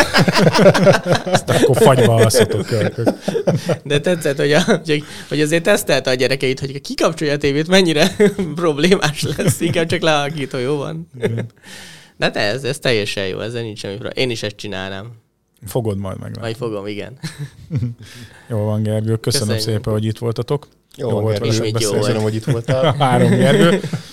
Aztán akkor fagyba alszatok kölkök. De tetszett, hogy, a, hogy azért tesztelte a gyerekeit, hogy kikapcsolja a tévét, mennyire problémás lesz, inkább csak lehalkító, jó van. De te, ez, ez teljesen jó, ezzel nincs semmi probléma. Én is ezt csinálnám. Fogod majd meg. Majd fogom, igen. Jó van, Gergő, köszönöm Köszönjük. szépen, hogy itt voltatok. Jó, jó volt velünk beszélni, hogy itt voltál. Három Gergő.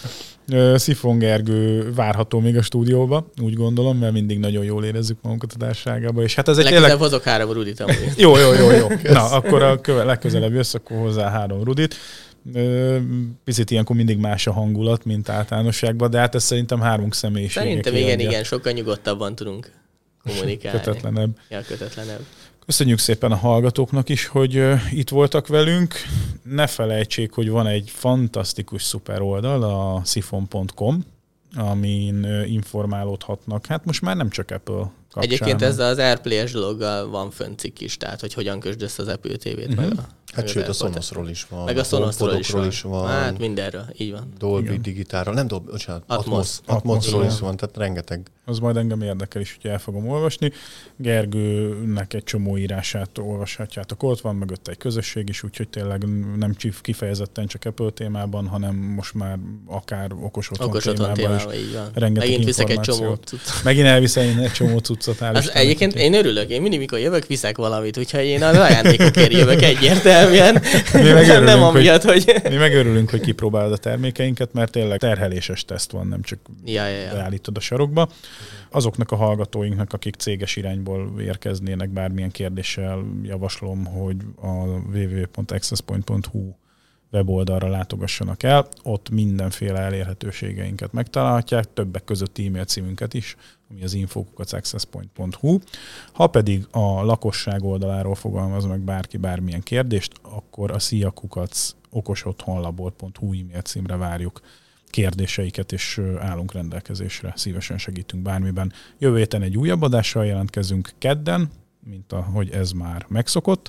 Szifon Gergő várható még a stúdióba, úgy gondolom, mert mindig nagyon jól érezzük magunkat a társaságában. És hát ez egy legközelebb tényleg... hozok három Rudit amúgy. Jó, jó, jó, jó. Na, akkor a köve, legközelebb jössz, akkor hozzá három Rudit. Picit ilyenkor mindig más a hangulat, mint általánosságban, de hát ez szerintem hármunk személyiségek. Szerintem igen, igen, sokkal nyugodtabban tudunk kommunikálni. Kötetlenebb. Ja, kötetlenebb. Köszönjük szépen a hallgatóknak is, hogy itt voltak velünk. Ne felejtsék, hogy van egy fantasztikus szuper oldal, a szifon pont com, amin informálódhatnak. Hát most már nem csak Apple kapcsán. Egyébként ezzel az AirPlay-es dologgal van fönn cikk is, tehát hogy hogyan kösd össze az Apple té vét. Uh-huh. Meg a, hát meg sőt, a Sonosról is van. Meg a Sonosról is van. is van. Hát mindenről, így van. Dolby Igen. Digitálról, nem Dolby, bocsánat, Atmos. Atmosról is van, tehát rengeteg. Az majd engem érdekel is, hogy el fogom olvasni. Gergőnek egy csomó írását olvashatjátok, ott van mögött egy közösség is, úgyhogy tényleg nem kifejezetten csak Apple témában, hanem most már akár okos otthon okos témában, témában is. Így van. Rengeteg Megint viszek egy csomó cuccot. Megint elviszem én egy csomó cuccot. Az egyébként én örülök, én mindig, mikor jövök, viszek valamit, úgyhogy én az ajándékokért jövök egyértelműen. Nem, nem amiatt, hogy... hogy... Mi megörülünk, hogy kipróbálod a termékeinket, mert tényleg terheléses teszt van, nem csak ja, ja, ja. beállítod a sarokba. Azoknak a hallgatóinknak, akik céges irányból érkeznének bármilyen kérdéssel, javaslom, hogy a double-u double-u double-u pont access point pont hu weboldalra látogassanak el, ott mindenféle elérhetőségeinket megtalálhatják, többek között e-mail címünket is, ami az info kukac access point pont hu. Ha pedig a lakosság oldaláról fogalmaz meg bárki bármilyen kérdést, akkor a szia kukac okosotthonlabor pont hu e-mail címre várjuk kérdéseiket, és állunk rendelkezésre. Szívesen segítünk bármiben. Jövő héten egy újabb adással jelentkezünk kedden, mint ahogy ez már megszokott.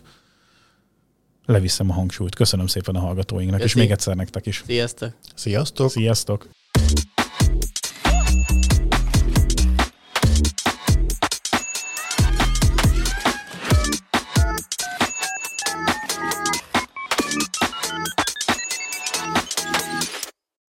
Leviszem a hangsúlyt. Köszönöm szépen a hallgatóinknak, Köszi. És még egyszer nektek is. Sziasztok! Sziasztok! Sziasztok!